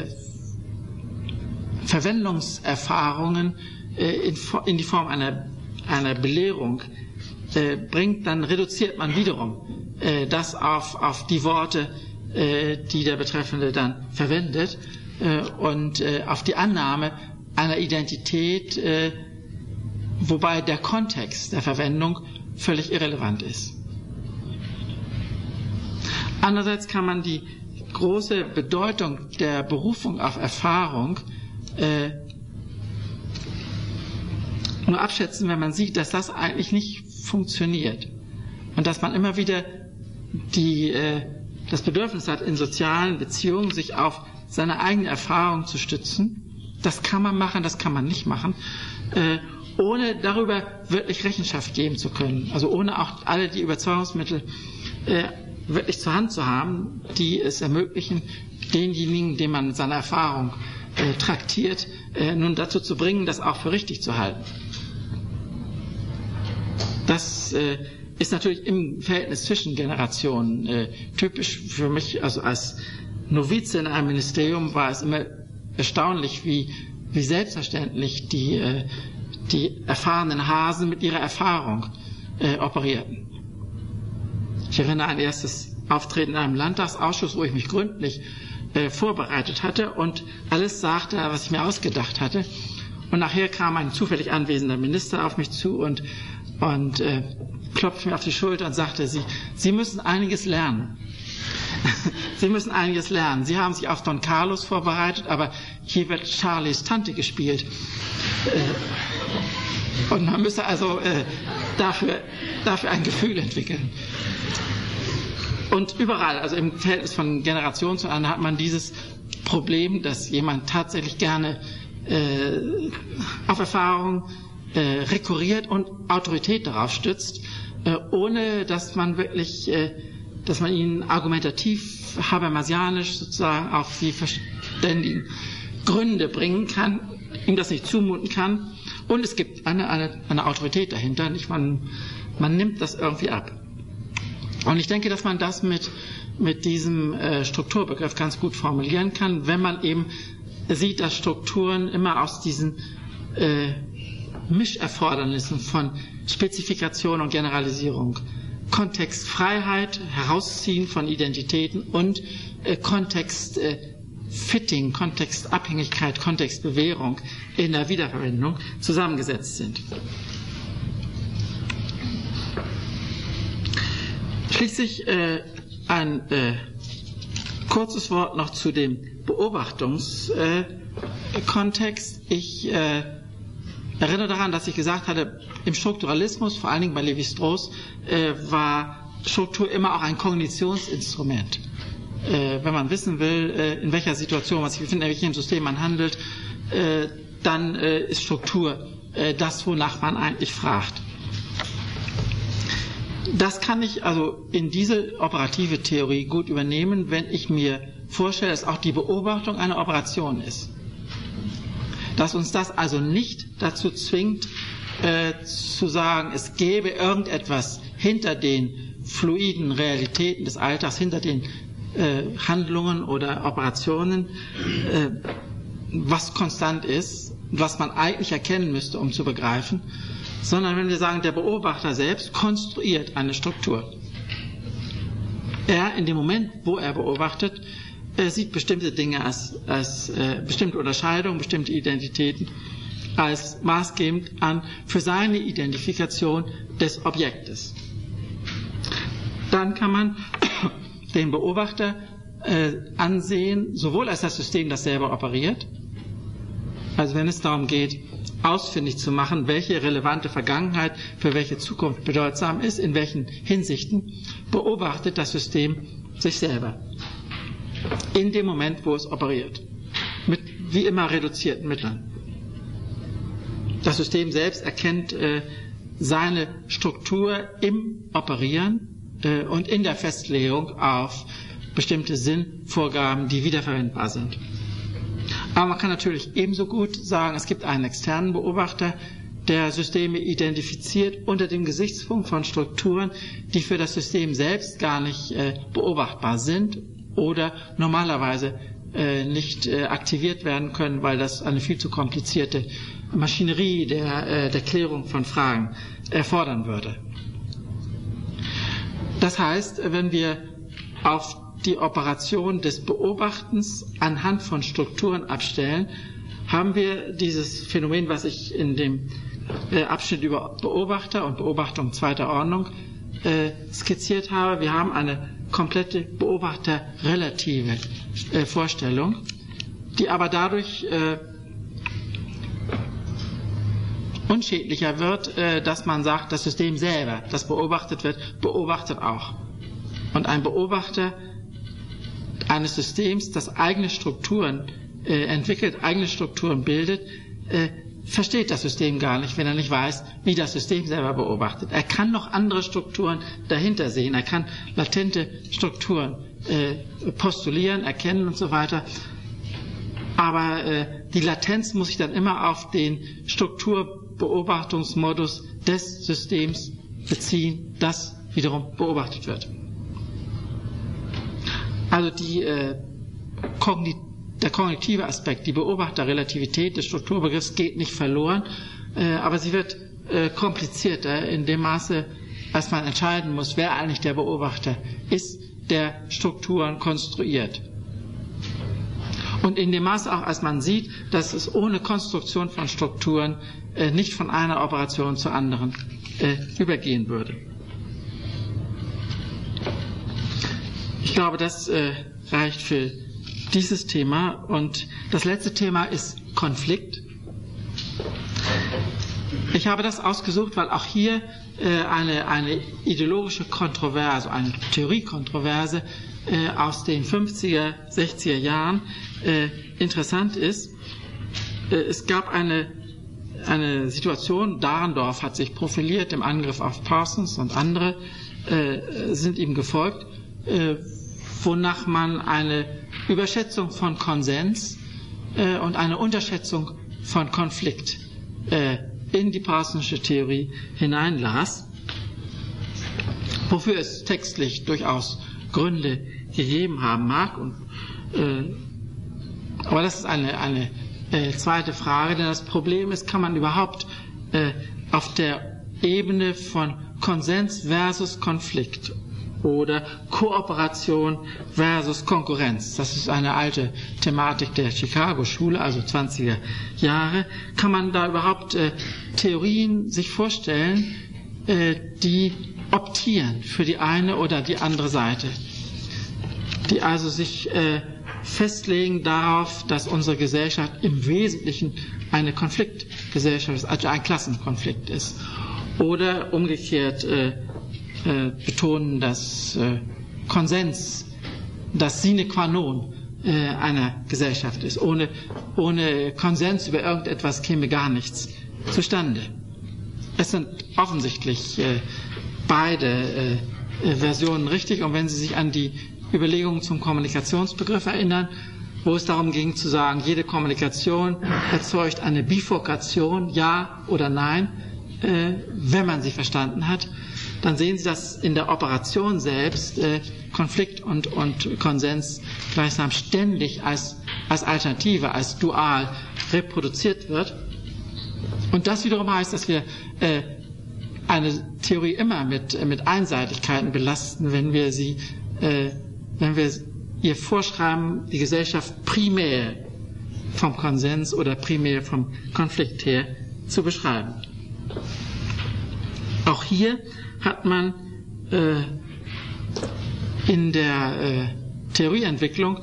Verwendungserfahrungen äh, in, in die Form einer, einer Belehrung äh, bringt, dann reduziert man wiederum äh, das auf, auf die Worte, äh, die der Betreffende dann verwendet äh, und äh, auf die Annahme einer Identität, äh, wobei der Kontext der Verwendung völlig irrelevant ist. Andererseits kann man die große Bedeutung der Berufung auf Erfahrung äh, nur abschätzen, wenn man sieht, dass das eigentlich nicht funktioniert und dass man immer wieder die, äh, das Bedürfnis hat, in sozialen Beziehungen sich auf seine eigene Erfahrung zu stützen. Das kann man machen, das kann man nicht machen, äh, ohne darüber wirklich Rechenschaft geben zu können. Also ohne auch alle die Überzeugungsmittel äh, wirklich zur Hand zu haben, die es ermöglichen, denjenigen, den man mit seiner Erfahrung äh, traktiert, äh, nun dazu zu bringen, das auch für richtig zu halten. Das äh, ist natürlich im Verhältnis zwischen Generationen äh, typisch für mich. Also als Novize in einem Ministerium war es immer erstaunlich, wie, wie selbstverständlich die, äh, die erfahrenen Hasen mit ihrer Erfahrung äh, operierten. Ich erinnere an ein erstes Auftreten in einem Landtagsausschuss, wo ich mich gründlich äh, vorbereitet hatte und alles sagte, was ich mir ausgedacht hatte. Und nachher kam ein zufällig anwesender Minister auf mich zu und, und äh, klopfte mir auf die Schulter und sagte, Sie, Sie müssen einiges lernen. Sie müssen einiges lernen. Sie haben sich auf Don Carlos vorbereitet, aber hier wird Charlies Tante gespielt. Äh, und man müsse also äh, dafür, dafür ein Gefühl entwickeln. Und überall, also im Verhältnis von Generation zu anderen, hat man dieses Problem, dass jemand tatsächlich gerne äh, auf Erfahrung äh, rekurriert und Autorität darauf stützt, äh, ohne dass man wirklich, äh, dass man ihn argumentativ, habermasianisch sozusagen auf die verständigen Gründe bringen kann, ihm das nicht zumuten kann. Und es gibt eine, eine, eine Autorität dahinter, nicht? Man, man nimmt das irgendwie ab. Und ich denke, dass man das mit, mit diesem äh, Strukturbegriff ganz gut formulieren kann, wenn man eben sieht, dass Strukturen immer aus diesen äh, Mischerfordernissen von Spezifikation und Generalisierung, Kontextfreiheit, Herausziehen von Identitäten und äh, Kontextfitting, äh, Kontextabhängigkeit, Kontextbewährung in der Wiederverwendung zusammengesetzt sind. Schließlich äh, ein äh, kurzes Wort noch zu dem Beobachtungskontext. Äh, ich äh, erinnere daran, dass ich gesagt hatte, im Strukturalismus, vor allen Dingen bei Lévi-Strauss, äh, war Struktur immer auch ein Kognitionsinstrument. Äh, wenn man wissen will, äh, in welcher Situation man sich befindet, in welchem System man handelt, äh, dann äh, ist Struktur äh, das, wonach man eigentlich fragt. Das kann ich also in diese operative Theorie gut übernehmen, wenn ich mir vorstelle, dass auch die Beobachtung eine Operation ist. Dass uns das also nicht dazu zwingt, äh, zu sagen, es gäbe irgendetwas hinter den fluiden Realitäten des Alltags, hinter den äh, Handlungen oder Operationen, äh, was konstant ist, was man eigentlich erkennen müsste, um zu begreifen, sondern wenn wir sagen, der Beobachter selbst konstruiert eine Struktur. Er, in dem Moment, wo er beobachtet, er sieht bestimmte Dinge als, als äh, bestimmte Unterscheidungen, bestimmte Identitäten als maßgebend an für seine Identifikation des Objektes. Dann kann man den Beobachter äh, ansehen, sowohl als das System, das selber operiert, also wenn es darum geht, ausfindig zu machen, welche relevante Vergangenheit für welche Zukunft bedeutsam ist, in welchen Hinsichten, beobachtet das System sich selber. In dem Moment, wo es operiert. Mit wie immer reduzierten Mitteln. Das System selbst erkennt äh, seine Struktur im Operieren äh, und in der Festlegung auf bestimmte Sinnvorgaben, die wiederverwendbar sind. Aber man kann natürlich ebenso gut sagen, es gibt einen externen Beobachter, der Systeme identifiziert unter dem Gesichtspunkt von Strukturen, die für das System selbst gar nicht äh, beobachtbar sind oder normalerweise äh, nicht äh, aktiviert werden können, weil das eine viel zu komplizierte Maschinerie der, äh, der Klärung von Fragen erfordern würde. Das heißt, wenn wir auf die Operation des Beobachtens anhand von Strukturen abstellen, haben wir dieses Phänomen, was ich in dem äh, Abschnitt über Beobachter und Beobachtung zweiter Ordnung äh, skizziert habe. Wir haben eine komplette beobachterrelative äh, Vorstellung, die aber dadurch äh, unschädlicher wird, äh, dass man sagt, das System selber, das beobachtet wird, beobachtet auch. Und ein Beobachter eines Systems, das eigene Strukturen äh, entwickelt, eigene Strukturen bildet, äh, versteht das System gar nicht, wenn er nicht weiß, wie das System selber beobachtet. Er kann noch andere Strukturen dahinter sehen, er kann latente Strukturen äh, postulieren, erkennen und so weiter. Aber äh, die Latenz muss sich dann immer auf den Strukturbeobachtungsmodus des Systems beziehen, das wiederum beobachtet wird. Also die, äh, Kognit der kognitive Aspekt, die Beobachterrelativität des Strukturbegriffs geht nicht verloren, äh, aber sie wird äh, komplizierter in dem Maße, als man entscheiden muss, wer eigentlich der Beobachter ist, der Strukturen konstruiert. Und in dem Maße auch, als man sieht, dass es ohne Konstruktion von Strukturen äh, nicht von einer Operation zur anderen äh, übergehen würde. Ich glaube, das äh, reicht für dieses Thema. Und das letzte Thema ist Konflikt. Ich habe das ausgesucht, weil auch hier äh, eine, eine ideologische Kontroverse, eine Theoriekontroverse äh, aus den fünfziger, sechziger Jahren äh, interessant ist. Äh, es gab eine, eine Situation, Dahrendorf hat sich profiliert im Angriff auf Parsons und andere äh, sind ihm gefolgt, äh, wonach man eine Überschätzung von Konsens äh, und eine Unterschätzung von Konflikt äh, in die Parsonsche Theorie hineinlas, wofür es textlich durchaus Gründe gegeben haben mag. Und, äh, aber das ist eine, eine äh, zweite Frage, denn das Problem ist, kann man überhaupt äh, auf der Ebene von Konsens versus Konflikt oder Kooperation versus Konkurrenz. Das ist eine alte Thematik der Chicago-Schule, also zwanziger Jahre. Kann man da überhaupt äh, Theorien sich vorstellen, äh, die optieren für die eine oder die andere Seite, die also sich äh, festlegen darauf, dass unsere Gesellschaft im Wesentlichen eine Konfliktgesellschaft ist, also ein Klassenkonflikt ist, oder umgekehrt äh, Äh, betonen, dass äh, Konsens das sine qua non äh, einer Gesellschaft ist. Ohne, ohne Konsens über irgendetwas käme gar nichts zustande. Es sind offensichtlich äh, beide äh, äh, Versionen richtig. Und wenn Sie sich an die Überlegungen zum Kommunikationsbegriff erinnern, wo es darum ging zu sagen, jede Kommunikation erzeugt eine Bifurkation, ja oder nein, äh, wenn man sie verstanden hat, dann sehen Sie, dass in der Operation selbst äh, Konflikt und, und Konsens gleichsam ständig als, als Alternative, als dual reproduziert wird. Und das wiederum heißt, dass wir äh, eine Theorie immer mit, mit Einseitigkeiten belasten, wenn wir sie, äh, wenn wir ihr vorschreiben, die Gesellschaft primär vom Konsens oder primär vom Konflikt her zu beschreiben. Auch hier hat man äh, in der äh, Theorieentwicklung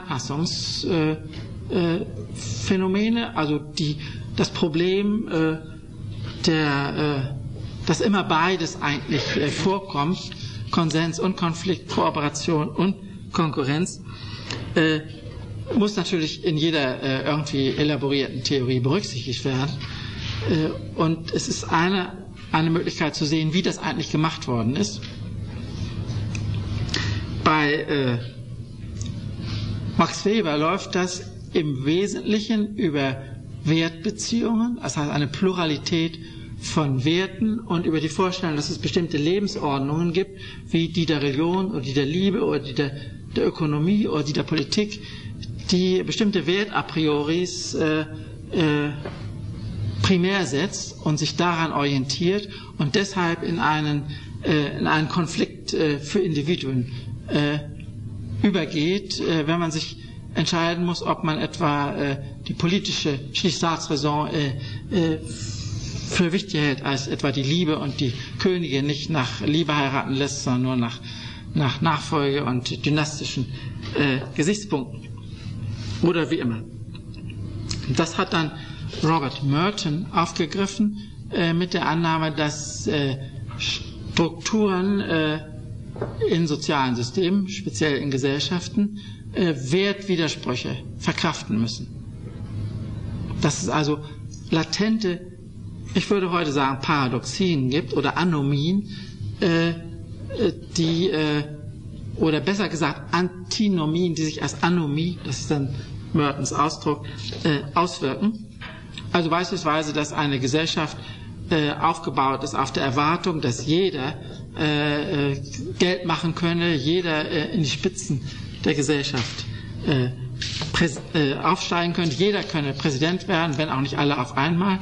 Anpassungsphänomene, äh, äh, also die, das Problem, äh, der, äh, dass immer beides eigentlich äh, vorkommt, Konsens und Konflikt, Kooperation und Konkurrenz, äh, muss natürlich in jeder äh, irgendwie elaborierten Theorie berücksichtigt werden. Äh, und es ist eine eine Möglichkeit zu sehen, wie das eigentlich gemacht worden ist. Bei äh, Max Weber läuft das im Wesentlichen über Wertbeziehungen, das heißt eine Pluralität von Werten und über die Vorstellung, dass es bestimmte Lebensordnungen gibt, wie die der Religion oder die der Liebe oder die der, der Ökonomie oder die der Politik, die bestimmte Wert a prioris äh, äh, primär setzt und sich daran orientiert und deshalb in einen, äh, in einen Konflikt äh, für Individuen äh, übergeht, äh, wenn man sich entscheiden muss, ob man etwa äh, die politische Staatsräson äh, äh, für wichtig hält, als etwa die Liebe und die Könige nicht nach Liebe heiraten lässt, sondern nur nach, nach Nachfolge und dynastischen äh, Gesichtspunkten. Oder wie immer. Das hat dann Robert Merton aufgegriffen äh, mit der Annahme, dass äh, Strukturen äh, in sozialen Systemen, speziell in Gesellschaften, äh, Wertwidersprüche verkraften müssen. Dass es also latente, ich würde heute sagen, Paradoxien gibt oder Anomien, äh, die, äh, oder besser gesagt Antinomien, die sich als Anomie, das ist dann Mertens Ausdruck, äh, auswirken. Also beispielsweise, dass eine Gesellschaft äh, aufgebaut ist auf der Erwartung, dass jeder äh, äh, Geld machen könne, jeder äh, in die Spitzen der Gesellschaft äh, präs- äh, aufsteigen könnte, jeder könne Präsident werden, wenn auch nicht alle auf einmal.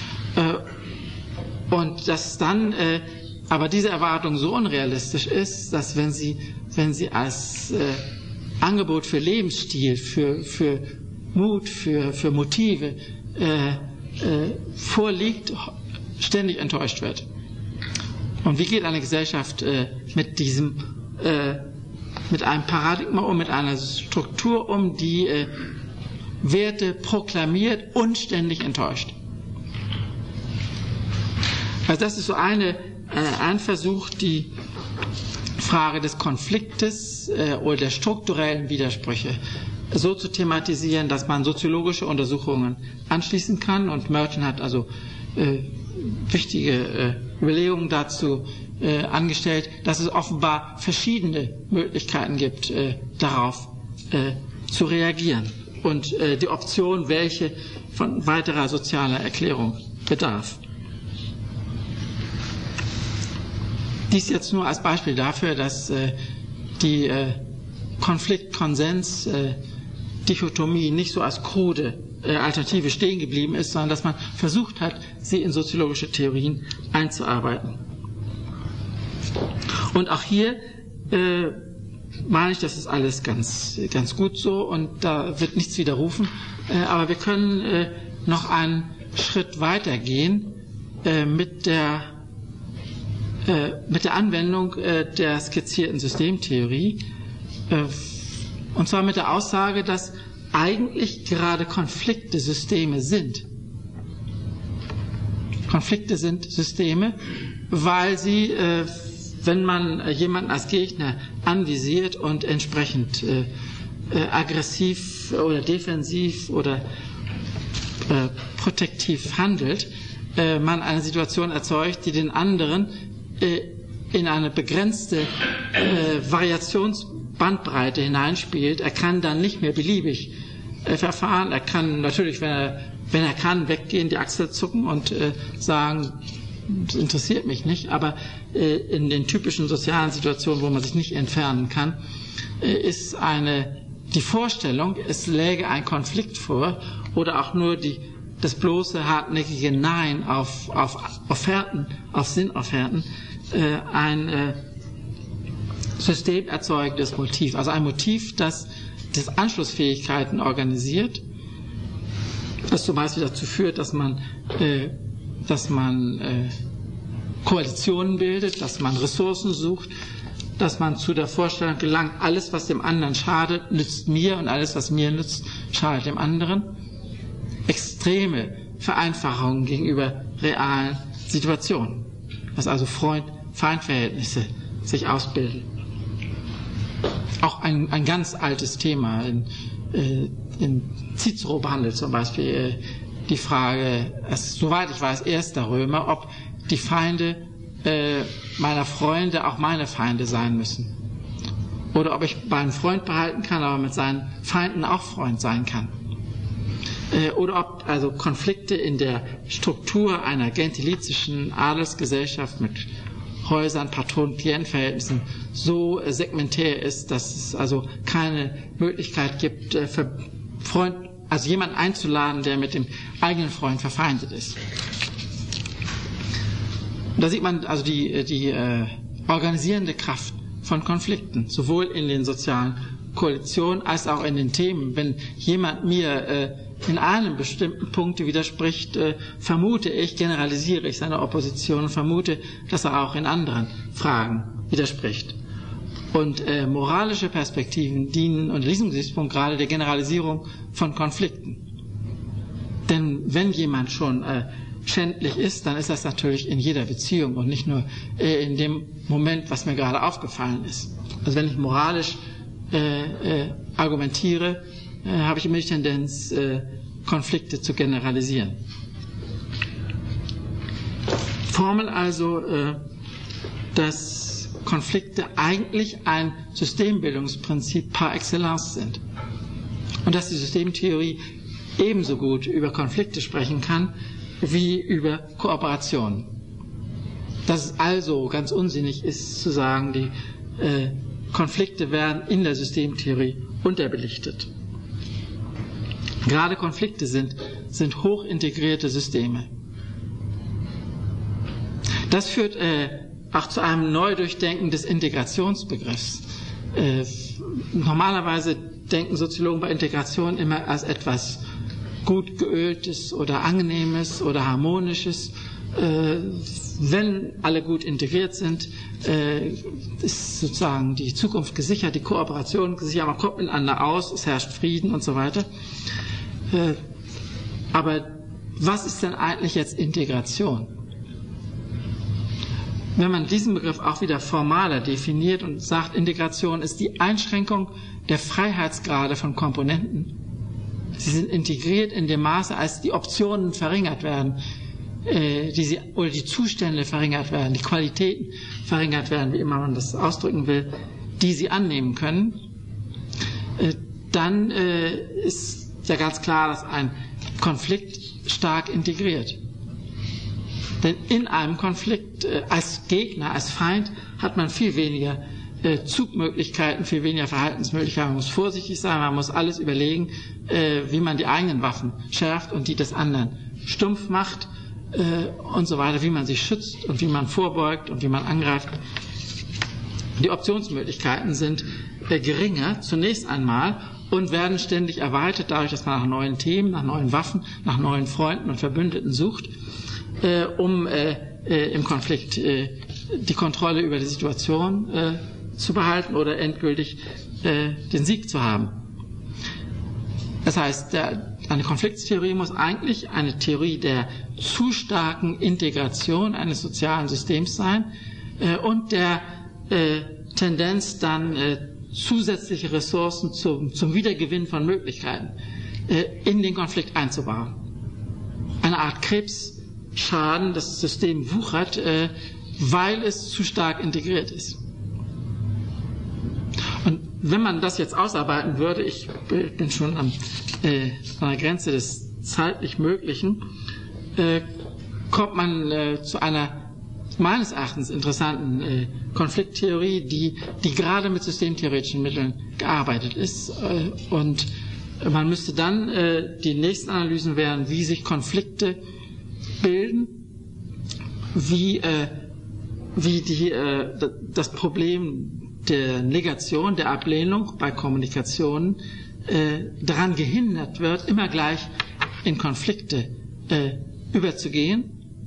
Äh, und dass dann äh, aber diese Erwartung so unrealistisch ist, dass wenn sie, wenn sie als äh, Angebot für Lebensstil, für, für Mut, für, für Motive äh, äh, vorliegt, ständig enttäuscht wird. Und wie geht eine Gesellschaft äh, mit diesem, äh, mit einem Paradigma um, mit einer Struktur um, die äh, Werte proklamiert und ständig enttäuscht? Also das ist so eine, äh, ein Versuch, die Frage des Konfliktes äh, oder der strukturellen Widersprüche so zu thematisieren, dass man soziologische Untersuchungen anschließen kann. Und Merton hat also äh, wichtige äh, Überlegungen dazu äh, angestellt, dass es offenbar verschiedene Möglichkeiten gibt, äh, darauf äh, zu reagieren und äh, die Option, welche von weiterer sozialer Erklärung bedarf. Dies jetzt nur als Beispiel dafür, dass äh, die äh, Konflikt-Konsens-Dichotomie äh, nicht so als krude äh, Alternative stehen geblieben ist, sondern dass man versucht hat, sie in soziologische Theorien einzuarbeiten. Und auch hier äh, meine ich, das ist alles ganz, ganz gut so und da wird nichts widerrufen, äh, aber wir können äh, noch einen Schritt weiter gehen äh, mit der mit der Anwendung äh, der skizzierten Systemtheorie, äh, und zwar mit der Aussage, dass eigentlich gerade Konflikte Systeme sind. Konflikte sind Systeme, weil sie, äh, wenn man jemanden als Gegner anvisiert und entsprechend äh, äh, aggressiv oder defensiv oder äh, protektiv handelt, äh, man eine Situation erzeugt, die den anderen in eine begrenzte äh, Variationsbandbreite hineinspielt. Er kann dann nicht mehr beliebig äh, verfahren. Er kann natürlich, wenn er, wenn er kann, weggehen, die Achsel zucken und äh, sagen, das interessiert mich nicht. Aber äh, in den typischen sozialen Situationen, wo man sich nicht entfernen kann, äh, ist eine, die Vorstellung, es läge ein Konflikt vor oder auch nur die das bloße hartnäckige Nein auf, auf Offerten, auf Sinnofferten, äh, ein äh, systemerzeugtes Motiv. Also ein Motiv, das, das Anschlussfähigkeiten organisiert, das zum Beispiel dazu führt, dass man, äh, dass man äh, Koalitionen bildet, dass man Ressourcen sucht, dass man zu der Vorstellung gelangt, alles, was dem anderen schadet, nützt mir und alles, was mir nützt, schadet dem anderen. Extreme Vereinfachungen gegenüber realen Situationen, dass also Freund-Feind-Verhältnisse sich ausbilden. Auch ein, ein ganz altes Thema. In, äh, in Cicero behandelt zum Beispiel äh, die Frage, es, soweit ich weiß, erster Römer, ob die Feinde äh, meiner Freunde auch meine Feinde sein müssen. Oder ob ich meinen Freund behalten kann, aber mit seinen Feinden auch Freund sein kann. Oder ob also Konflikte in der Struktur einer gentilizischen Adelsgesellschaft mit Häusern, Patron-Klient-Verhältnissen so segmentär ist, dass es also keine Möglichkeit gibt, für Freund, also jemanden einzuladen, der mit dem eigenen Freund verfeindet ist. Und da sieht man also die, die äh, organisierende Kraft von Konflikten, sowohl in den sozialen Koalitionen als auch in den Themen. Wenn jemand mir äh, in einem bestimmten Punkt widerspricht, äh, vermute ich, generalisiere ich seine Opposition und vermute, dass er auch in anderen Fragen widerspricht. Und äh, moralische Perspektiven dienen unter diesem Gesichtspunkt gerade der Generalisierung von Konflikten. Denn wenn jemand schon äh, schändlich ist, dann ist das natürlich in jeder Beziehung und nicht nur äh, in dem Moment, was mir gerade aufgefallen ist. Also wenn ich moralisch äh, äh, argumentiere, äh, habe ich immer die Tendenz, äh, Konflikte zu generalisieren. Formel also, äh, dass Konflikte eigentlich ein Systembildungsprinzip par excellence sind. Und dass die Systemtheorie ebenso gut über Konflikte sprechen kann, wie über Kooperation. Dass es also ganz unsinnig ist zu sagen, die äh, Konflikte werden in der Systemtheorie unterbelichtet. Gerade Konflikte sind, sind hoch integrierte Systeme. Das führt äh, auch zu einem Neudurchdenken des Integrationsbegriffs. Äh, normalerweise denken Soziologen bei Integration immer als etwas gut geöltes oder angenehmes oder harmonisches. Äh, wenn alle gut integriert sind, äh, ist sozusagen die Zukunft gesichert, die Kooperation gesichert, man kommt miteinander aus, es herrscht Frieden und so weiter. Äh, aber was ist denn eigentlich jetzt Integration? Wenn man diesen Begriff auch wieder formaler definiert und sagt, Integration ist die Einschränkung der Freiheitsgrade von Komponenten. Sie sind integriert in dem Maße, als die Optionen verringert werden, äh, die sie, oder die Zustände verringert werden, die Qualitäten verringert werden, wie immer man das ausdrücken will, die sie annehmen können. Äh, dann äh, ist ja ganz klar, dass ein Konflikt stark integriert. Denn in einem Konflikt äh, als Gegner, als Feind hat man viel weniger äh, Zugmöglichkeiten, viel weniger Verhaltensmöglichkeiten. Man muss vorsichtig sein, man muss alles überlegen, äh, wie man die eigenen Waffen schärft und die des anderen stumpf macht äh, und so weiter, wie man sich schützt und wie man vorbeugt und wie man angreift. Die Optionsmöglichkeiten sind äh, geringer zunächst einmal und werden ständig erweitert, dadurch, dass man nach neuen Themen, nach neuen Waffen, nach neuen Freunden und Verbündeten sucht. Äh, um äh, äh, im Konflikt äh, die Kontrolle über die Situation äh, zu behalten oder endgültig äh, den Sieg zu haben. Das heißt, der, eine Konflikttheorie muss eigentlich eine Theorie der zu starken Integration eines sozialen Systems sein äh, und der äh, Tendenz dann äh, zusätzliche Ressourcen zum, zum Wiedergewinn von Möglichkeiten äh, in den Konflikt einzubauen. Eine Art Krebs Schaden, das System wuchert, äh, weil es zu stark integriert ist. Und wenn man das jetzt ausarbeiten würde, ich bin schon am, äh, an der Grenze des zeitlich Möglichen, äh, kommt man äh, zu einer meines Erachtens interessanten äh, Konflikttheorie, die, die gerade mit systemtheoretischen Mitteln gearbeitet ist. Äh, und man müsste dann, äh, die nächsten Analysen wären, wie sich Konflikte bilden, wie, äh, wie die, äh, das Problem der Negation, der Ablehnung bei Kommunikation äh, daran gehindert wird, immer gleich in Konflikte äh, überzugehen.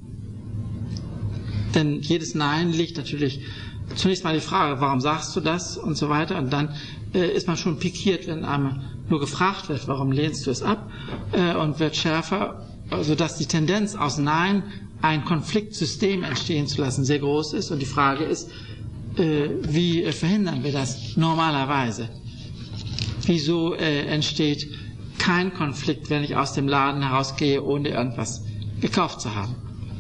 Denn jedes Nein liegt natürlich zunächst mal die Frage, warum sagst du das und so weiter, und dann äh, ist man schon pikiert, wenn einem nur gefragt wird, warum lehnst du es ab, äh, und wird schärfer, also dass die Tendenz aus Nein ein Konfliktsystem entstehen zu lassen sehr groß ist. Und die Frage ist, äh, wie äh, verhindern wir das normalerweise? Wieso äh, entsteht kein Konflikt, wenn ich aus dem Laden herausgehe, ohne irgendwas gekauft zu haben?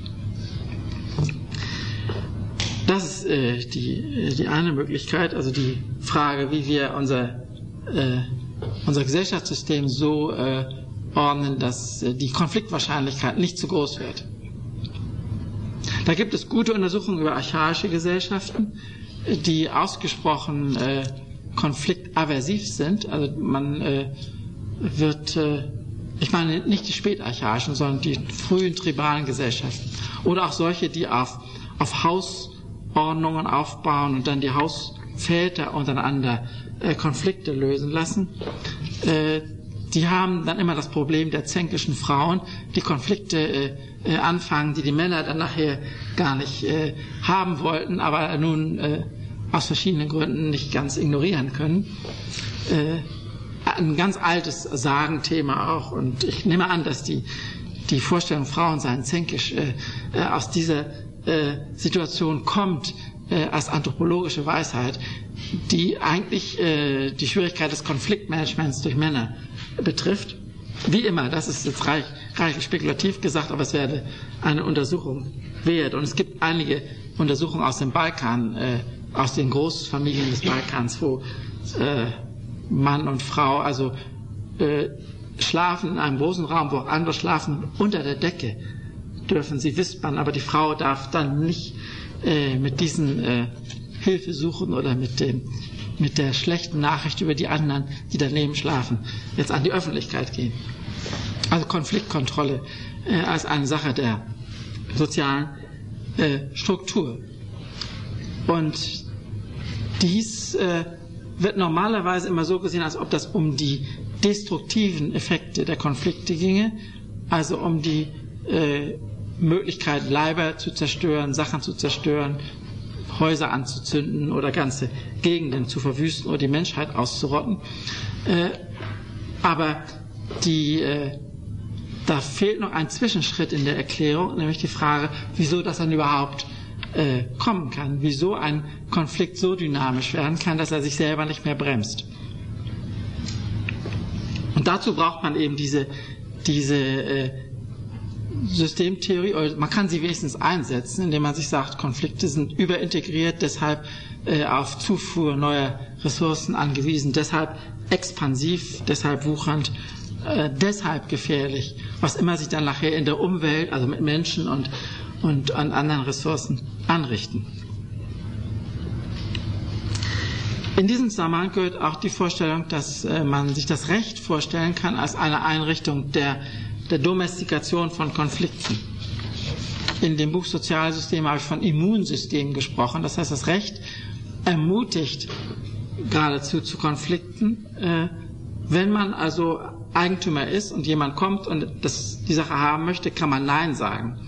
Das ist äh, die, die eine Möglichkeit, also die Frage, wie wir unser, äh, unser Gesellschaftssystem so äh, ordnen, dass die Konfliktwahrscheinlichkeit nicht zu groß wird. Da gibt es gute Untersuchungen über archaische Gesellschaften, die ausgesprochen äh, konfliktaversiv sind. Also man äh, wird, äh, ich meine nicht die spätarchaischen, sondern die frühen tribalen Gesellschaften. Oder auch solche, die auf, auf Hausordnungen aufbauen und dann die Hausväter untereinander äh, Konflikte lösen lassen. Äh, Die haben dann immer das Problem der zänkischen Frauen, die Konflikte äh, äh, anfangen, die die Männer dann nachher gar nicht äh, haben wollten, aber nun äh, aus verschiedenen Gründen nicht ganz ignorieren können. Äh, ein ganz altes Sagenthema auch. Und ich nehme an, dass die, die Vorstellung, Frauen seien zänkisch, äh, äh, aus dieser äh, Situation kommt, äh, als anthropologische Weisheit, die eigentlich äh, die Schwierigkeit des Konfliktmanagements durch Männer betrifft. Wie immer, das ist jetzt reich, reichlich spekulativ gesagt, aber es werde eine Untersuchung wert. Und es gibt einige Untersuchungen aus dem Balkan, äh, aus den Großfamilien des Balkans, wo äh, Mann und Frau also äh, schlafen in einem großen Raum, wo andere schlafen unter der Decke, dürfen sie wispern, aber die Frau darf dann nicht äh, mit diesen äh, Hilfe suchen oder mit dem mit der schlechten Nachricht über die anderen, die daneben schlafen, jetzt an die Öffentlichkeit gehen. Also Konfliktkontrolle äh, als eine Sache der sozialen äh, Struktur. Und dies äh, wird normalerweise immer so gesehen, als ob das um die destruktiven Effekte der Konflikte ginge, also um die äh, Möglichkeit, Leiber zu zerstören, Sachen zu zerstören, Häuser anzuzünden oder ganze Gegenden zu verwüsten oder die Menschheit auszurotten. Äh, aber die, äh, da fehlt noch ein Zwischenschritt in der Erklärung, nämlich die Frage, wieso das dann überhaupt äh, kommen kann, wieso ein Konflikt so dynamisch werden kann, dass er sich selber nicht mehr bremst. Und dazu braucht man eben diese, diese äh, Systemtheorie, oder man kann sie wenigstens einsetzen, indem man sich sagt, Konflikte sind überintegriert, deshalb äh, auf Zufuhr neuer Ressourcen angewiesen, deshalb expansiv, deshalb wuchernd, äh, deshalb gefährlich, was immer sich dann nachher in der Umwelt, also mit Menschen und, und an anderen Ressourcen anrichten. In diesem Zusammenhang gehört auch die Vorstellung, dass äh, man sich das Recht vorstellen kann als eine Einrichtung der der Domestikation von Konflikten. In dem Buch Sozialsystem habe ich von Immunsystemen gesprochen. Das heißt, das Recht ermutigt geradezu zu Konflikten, äh, wenn man also Eigentümer ist und jemand kommt und das, die Sache haben möchte, kann man Nein sagen.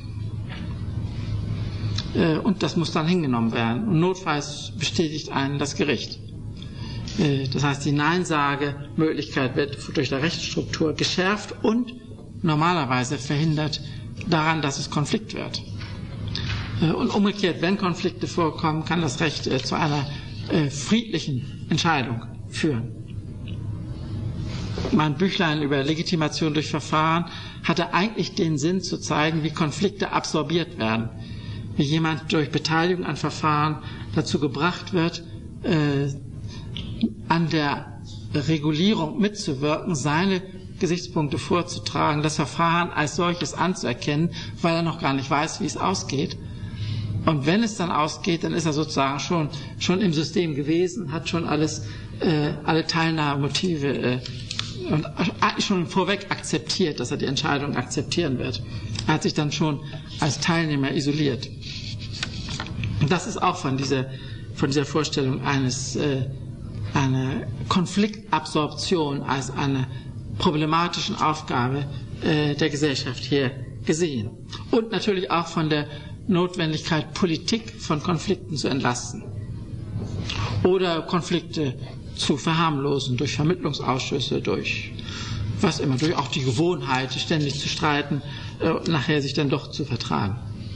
Äh, und das muss dann hingenommen werden. Und notfalls bestätigt einen das Gericht. Äh, das heißt, die Nein-Sage-Möglichkeit wird durch die Rechtsstruktur geschärft und normalerweise verhindert daran, dass es Konflikt wird. Und umgekehrt, wenn Konflikte vorkommen, kann das Recht zu einer friedlichen Entscheidung führen. Mein Büchlein über Legitimation durch Verfahren hatte eigentlich den Sinn zu zeigen, wie Konflikte absorbiert werden, wie jemand durch Beteiligung an Verfahren dazu gebracht wird, an der Regulierung mitzuwirken, seine Gesichtspunkte vorzutragen, das Verfahren als solches anzuerkennen, weil er noch gar nicht weiß, wie es ausgeht. Und wenn es dann ausgeht, dann ist er sozusagen schon, schon im System gewesen, hat schon alles, äh, alle Teilnahmemotive äh, und schon vorweg akzeptiert, dass er die Entscheidung akzeptieren wird. Er hat sich dann schon als Teilnehmer isoliert. Und das ist auch von dieser, von dieser Vorstellung eines, äh, einer Konfliktabsorption als eine problematischen Aufgabe äh, der Gesellschaft hier gesehen. Und natürlich auch von der Notwendigkeit, Politik von Konflikten zu entlasten. Oder Konflikte zu verharmlosen durch Vermittlungsausschüsse, durch was immer, durch auch die Gewohnheit, ständig zu streiten, äh, und nachher sich dann doch zu vertragen.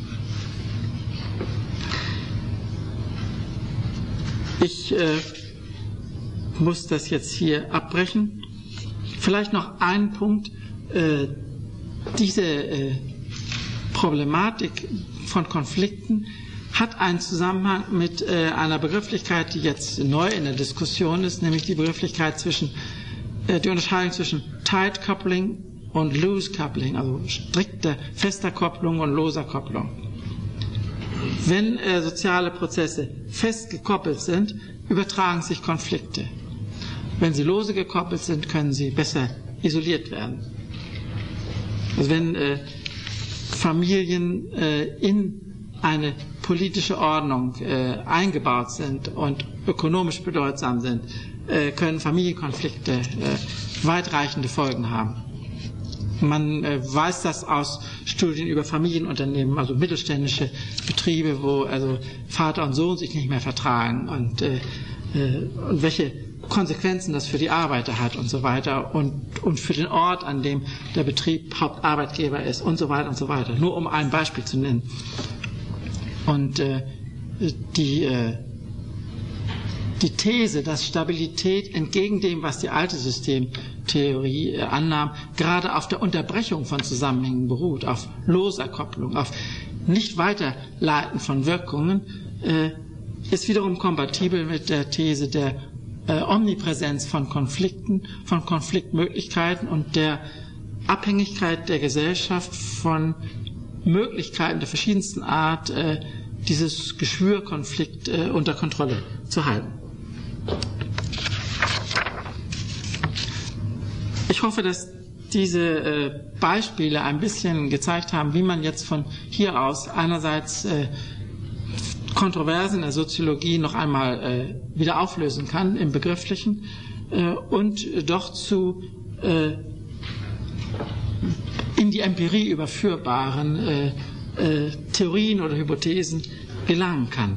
Ich äh, muss das jetzt hier abbrechen. Vielleicht noch ein Punkt, äh, diese äh, Problematik von Konflikten hat einen Zusammenhang mit äh, einer Begrifflichkeit, die jetzt neu in der Diskussion ist, nämlich die Begrifflichkeit zwischen, äh, die Unterscheidung zwischen Tight Coupling und Loose Coupling, also strikter, fester Kopplung und loser Kopplung. Wenn äh, soziale Prozesse fest gekoppelt sind, übertragen sich Konflikte. Wenn sie lose gekoppelt sind, können sie besser isoliert werden. Also wenn äh, Familien äh, in eine politische Ordnung äh, eingebaut sind und ökonomisch bedeutsam sind, äh, können Familienkonflikte äh, weitreichende Folgen haben. Man äh, weiß das aus Studien über Familienunternehmen, also mittelständische Betriebe, wo also Vater und Sohn sich nicht mehr vertragen und, äh, äh, und welche Konsequenzen das für die Arbeiter hat und so weiter und, und für den Ort, an dem der Betrieb Hauptarbeitgeber ist und so weiter und so weiter. Nur um ein Beispiel zu nennen. Und äh, die, äh, die These, dass Stabilität entgegen dem, was die alte Systemtheorie äh, annahm, gerade auf der Unterbrechung von Zusammenhängen beruht, auf loser Kopplung, auf nicht weiterleiten von Wirkungen, äh, ist wiederum kompatibel mit der These der äh, Omnipräsenz von Konflikten, von Konfliktmöglichkeiten und der Abhängigkeit der Gesellschaft von Möglichkeiten der verschiedensten Art, äh, dieses Geschwürkonflikt äh, unter Kontrolle zu halten. Ich hoffe, dass diese äh, Beispiele ein bisschen gezeigt haben, wie man jetzt von hier aus einerseits äh, Kontroversen in der Soziologie noch einmal äh, wieder auflösen kann im Begrifflichen äh, und äh, doch zu äh, in die Empirie überführbaren äh, äh, Theorien oder Hypothesen gelangen kann.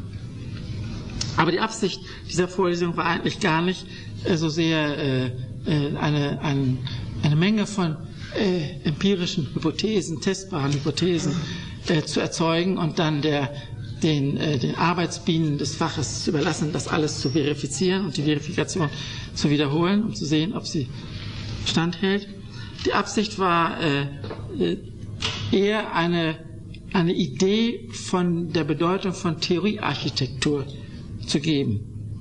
Aber die Absicht dieser Vorlesung war eigentlich gar nicht äh, so sehr äh, äh, eine, ein, eine Menge von äh, empirischen Hypothesen, testbaren Hypothesen äh, zu erzeugen und dann der Den, äh, den Arbeitsbienen des Faches zu überlassen, das alles zu verifizieren und die Verifikation zu wiederholen, um zu sehen, ob sie standhält. Die Absicht war äh, eher eine, eine Idee von der Bedeutung von Theoriearchitektur zu geben,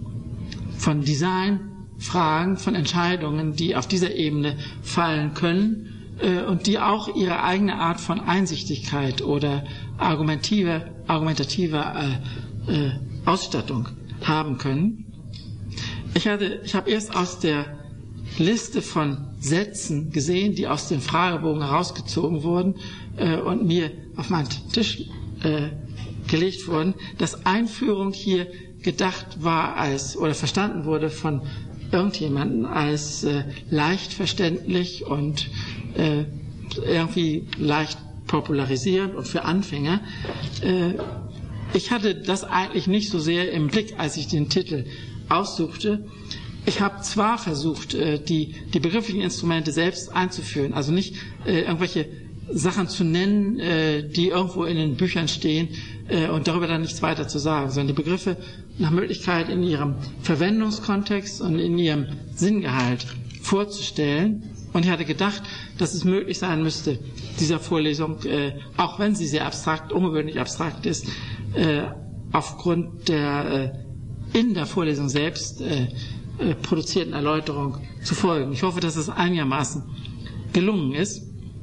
von Designfragen, von Entscheidungen, die auf dieser Ebene fallen können äh, und die auch ihre eigene Art von Einsichtigkeit oder argumentative, argumentative äh, äh, Ausstattung haben können. Ich, hatte, ich habe erst aus der Liste von Sätzen gesehen, die aus dem Fragebogen herausgezogen wurden äh, und mir auf meinen Tisch äh, gelegt wurden, dass Einführung hier gedacht war als oder verstanden wurde von irgendjemandem als äh, leicht verständlich und äh, irgendwie leicht popularisierend und für Anfänger. Äh, ich hatte das eigentlich nicht so sehr im Blick, als ich den Titel aussuchte. Ich habe zwar versucht, äh, die, die begrifflichen Instrumente selbst einzuführen, also nicht äh, irgendwelche Sachen zu nennen, äh, die irgendwo in den Büchern stehen äh, und darüber dann nichts weiter zu sagen, sondern die Begriffe nach Möglichkeit in ihrem Verwendungskontext und in ihrem Sinngehalt vorzustellen. Und ich hatte gedacht, dass es möglich sein müsste, dieser Vorlesung, äh, auch wenn sie sehr abstrakt, ungewöhnlich abstrakt ist, äh, aufgrund der äh, in der Vorlesung selbst äh, äh, produzierten Erläuterung zu folgen. Ich hoffe, dass es einigermaßen gelungen ist.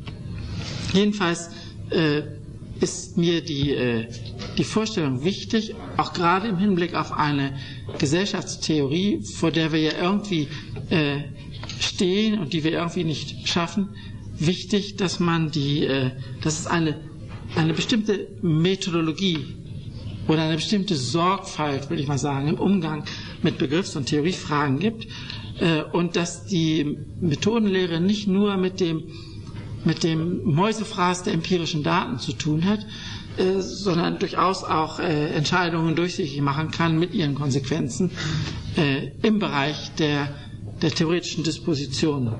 Jedenfalls äh, ist mir die, äh, die Vorstellung wichtig, auch gerade im Hinblick auf eine Gesellschaftstheorie, vor der wir ja irgendwie äh, stehen und die wir irgendwie nicht schaffen, wichtig, dass man die, äh, dass es eine, eine bestimmte Methodologie oder eine bestimmte Sorgfalt, will ich mal sagen, im Umgang mit Begriffs- und Theoriefragen gibt äh, und dass die Methodenlehre nicht nur mit dem mit dem Mäusefraß der empirischen Daten zu tun hat, äh, sondern durchaus auch äh, Entscheidungen durchsichtig machen kann mit ihren Konsequenzen äh, im Bereich der, der theoretischen Dispositionen.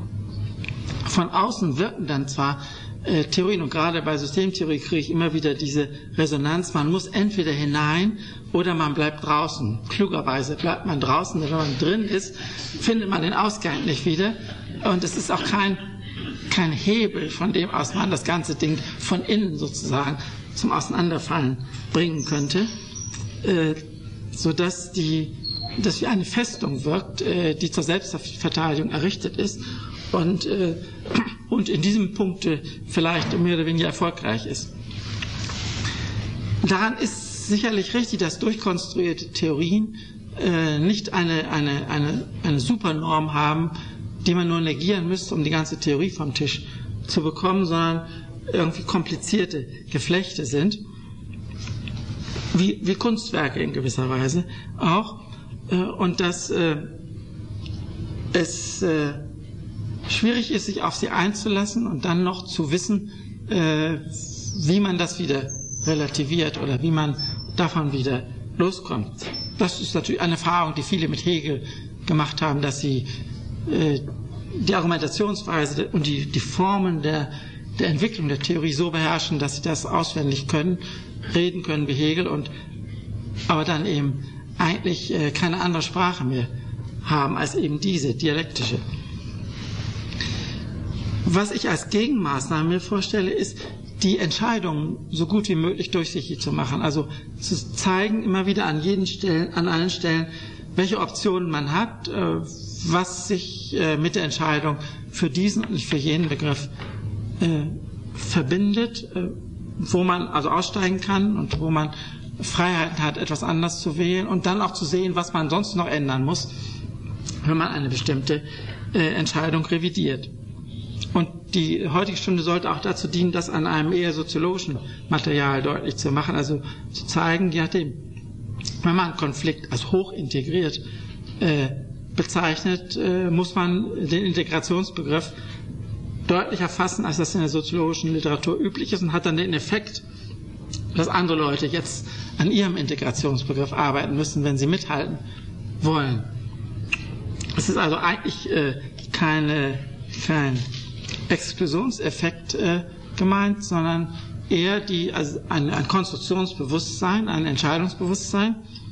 Von außen wirken dann zwar äh, Theorien, und gerade bei Systemtheorie kriege ich immer wieder diese Resonanz, man muss entweder hinein oder man bleibt draußen. Klugerweise bleibt man draußen, denn wenn man drin ist, findet man den Ausgang nicht wieder. Und es ist auch kein kein Hebel, von dem aus man das ganze Ding von innen sozusagen zum Auseinanderfallen bringen könnte, äh, sodass die, dass wie eine Festung wirkt, äh, die zur Selbstverteidigung errichtet ist und, äh, und in diesem Punkt äh, vielleicht mehr oder weniger erfolgreich ist. Daran ist sicherlich richtig, dass durchkonstruierte Theorien äh, nicht eine, eine, eine, eine Supernorm haben, die man nur negieren müsste, um die ganze Theorie vom Tisch zu bekommen, sondern irgendwie komplizierte Geflechte sind, wie, wie Kunstwerke in gewisser Weise auch, und dass äh, es äh, schwierig ist, sich auf sie einzulassen und dann noch zu wissen, äh, wie man das wieder relativiert oder wie man davon wieder loskommt. das ist natürlich eine Erfahrung, die viele mit Hegel gemacht haben, dass sie äh, die Argumentationsweise und die, die Formen der, der Entwicklung der Theorie so beherrschen, dass sie das auswendig können, reden können wie Hegel, und aber dann eben eigentlich äh, keine andere Sprache mehr haben als eben diese dialektische. Was ich als Gegenmaßnahme mir vorstelle, ist, die Entscheidungen so gut wie möglich durchsichtig zu machen. Also zu zeigen immer wieder an jeden Stellen, an allen Stellen, welche Optionen man hat, äh, was sich äh, mit der Entscheidung für diesen und nicht für jenen Begriff äh, verbindet, äh, wo man also aussteigen kann und wo man Freiheiten hat, etwas anders zu wählen, und dann auch zu sehen, was man sonst noch ändern muss, wenn man eine bestimmte äh, Entscheidung revidiert. Und die heutige Stunde sollte auch dazu dienen, das an einem eher soziologischen Material deutlich zu machen, also zu zeigen, je nachdem, wenn man einen Konflikt als hoch integriert äh, bezeichnet, äh, muss man den Integrationsbegriff deutlicher fassen, als das in der soziologischen Literatur üblich ist, und hat dann den Effekt, dass andere Leute jetzt an ihrem Integrationsbegriff arbeiten müssen, wenn sie mithalten wollen. Es ist also eigentlich äh, keine, kein Exklusionseffekt äh, gemeint, sondern eher die, also ein, ein Konstruktionsbewusstsein, ein Entscheidungsbewusstsein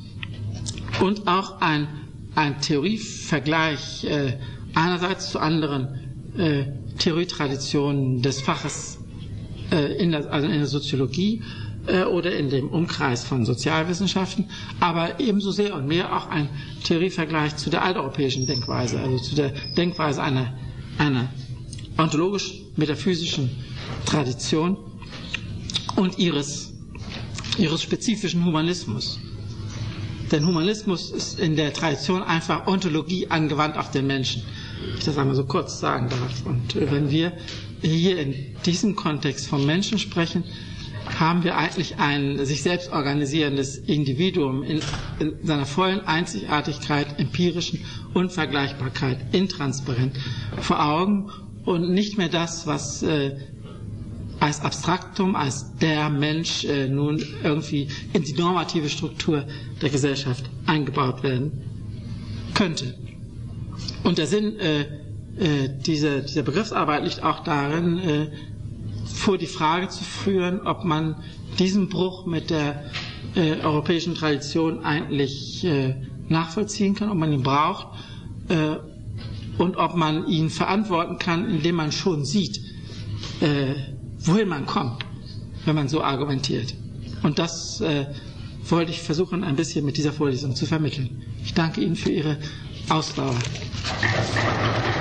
und auch ein, ein Theorievergleich äh, einerseits zu anderen äh, Theorietraditionen des Faches, äh, in der, also in der Soziologie äh, oder in dem Umkreis von Sozialwissenschaften, aber ebenso sehr und mehr auch ein Theorievergleich zu der alteuropäischen Denkweise, also zu der Denkweise einer, einer ontologisch-metaphysischen Tradition und ihres, ihres spezifischen Humanismus. Denn Humanismus ist in der Tradition einfach Ontologie angewandt auf den Menschen, wenn ich das einmal so kurz sagen darf. Und wenn wir hier in diesem Kontext vom Menschen sprechen, haben wir eigentlich ein sich selbst organisierendes Individuum in, in seiner vollen Einzigartigkeit, empirischen Unvergleichbarkeit, intransparent vor Augen, und nicht mehr das, was äh, als Abstraktum, als der Mensch äh, nun irgendwie in die normative Struktur der Gesellschaft eingebaut werden könnte. Und der Sinn äh, äh, dieser, dieser Begriffsarbeit liegt auch darin, äh, vor die Frage zu führen, ob man diesen Bruch mit der äh, europäischen Tradition eigentlich äh, nachvollziehen kann, ob man ihn braucht, äh, und ob man ihn verantworten kann, indem man schon sieht, äh, wohin man kommt, wenn man so argumentiert. Und das äh, wollte ich versuchen, ein bisschen mit dieser Vorlesung zu vermitteln. Ich danke Ihnen für Ihre Ausdauer.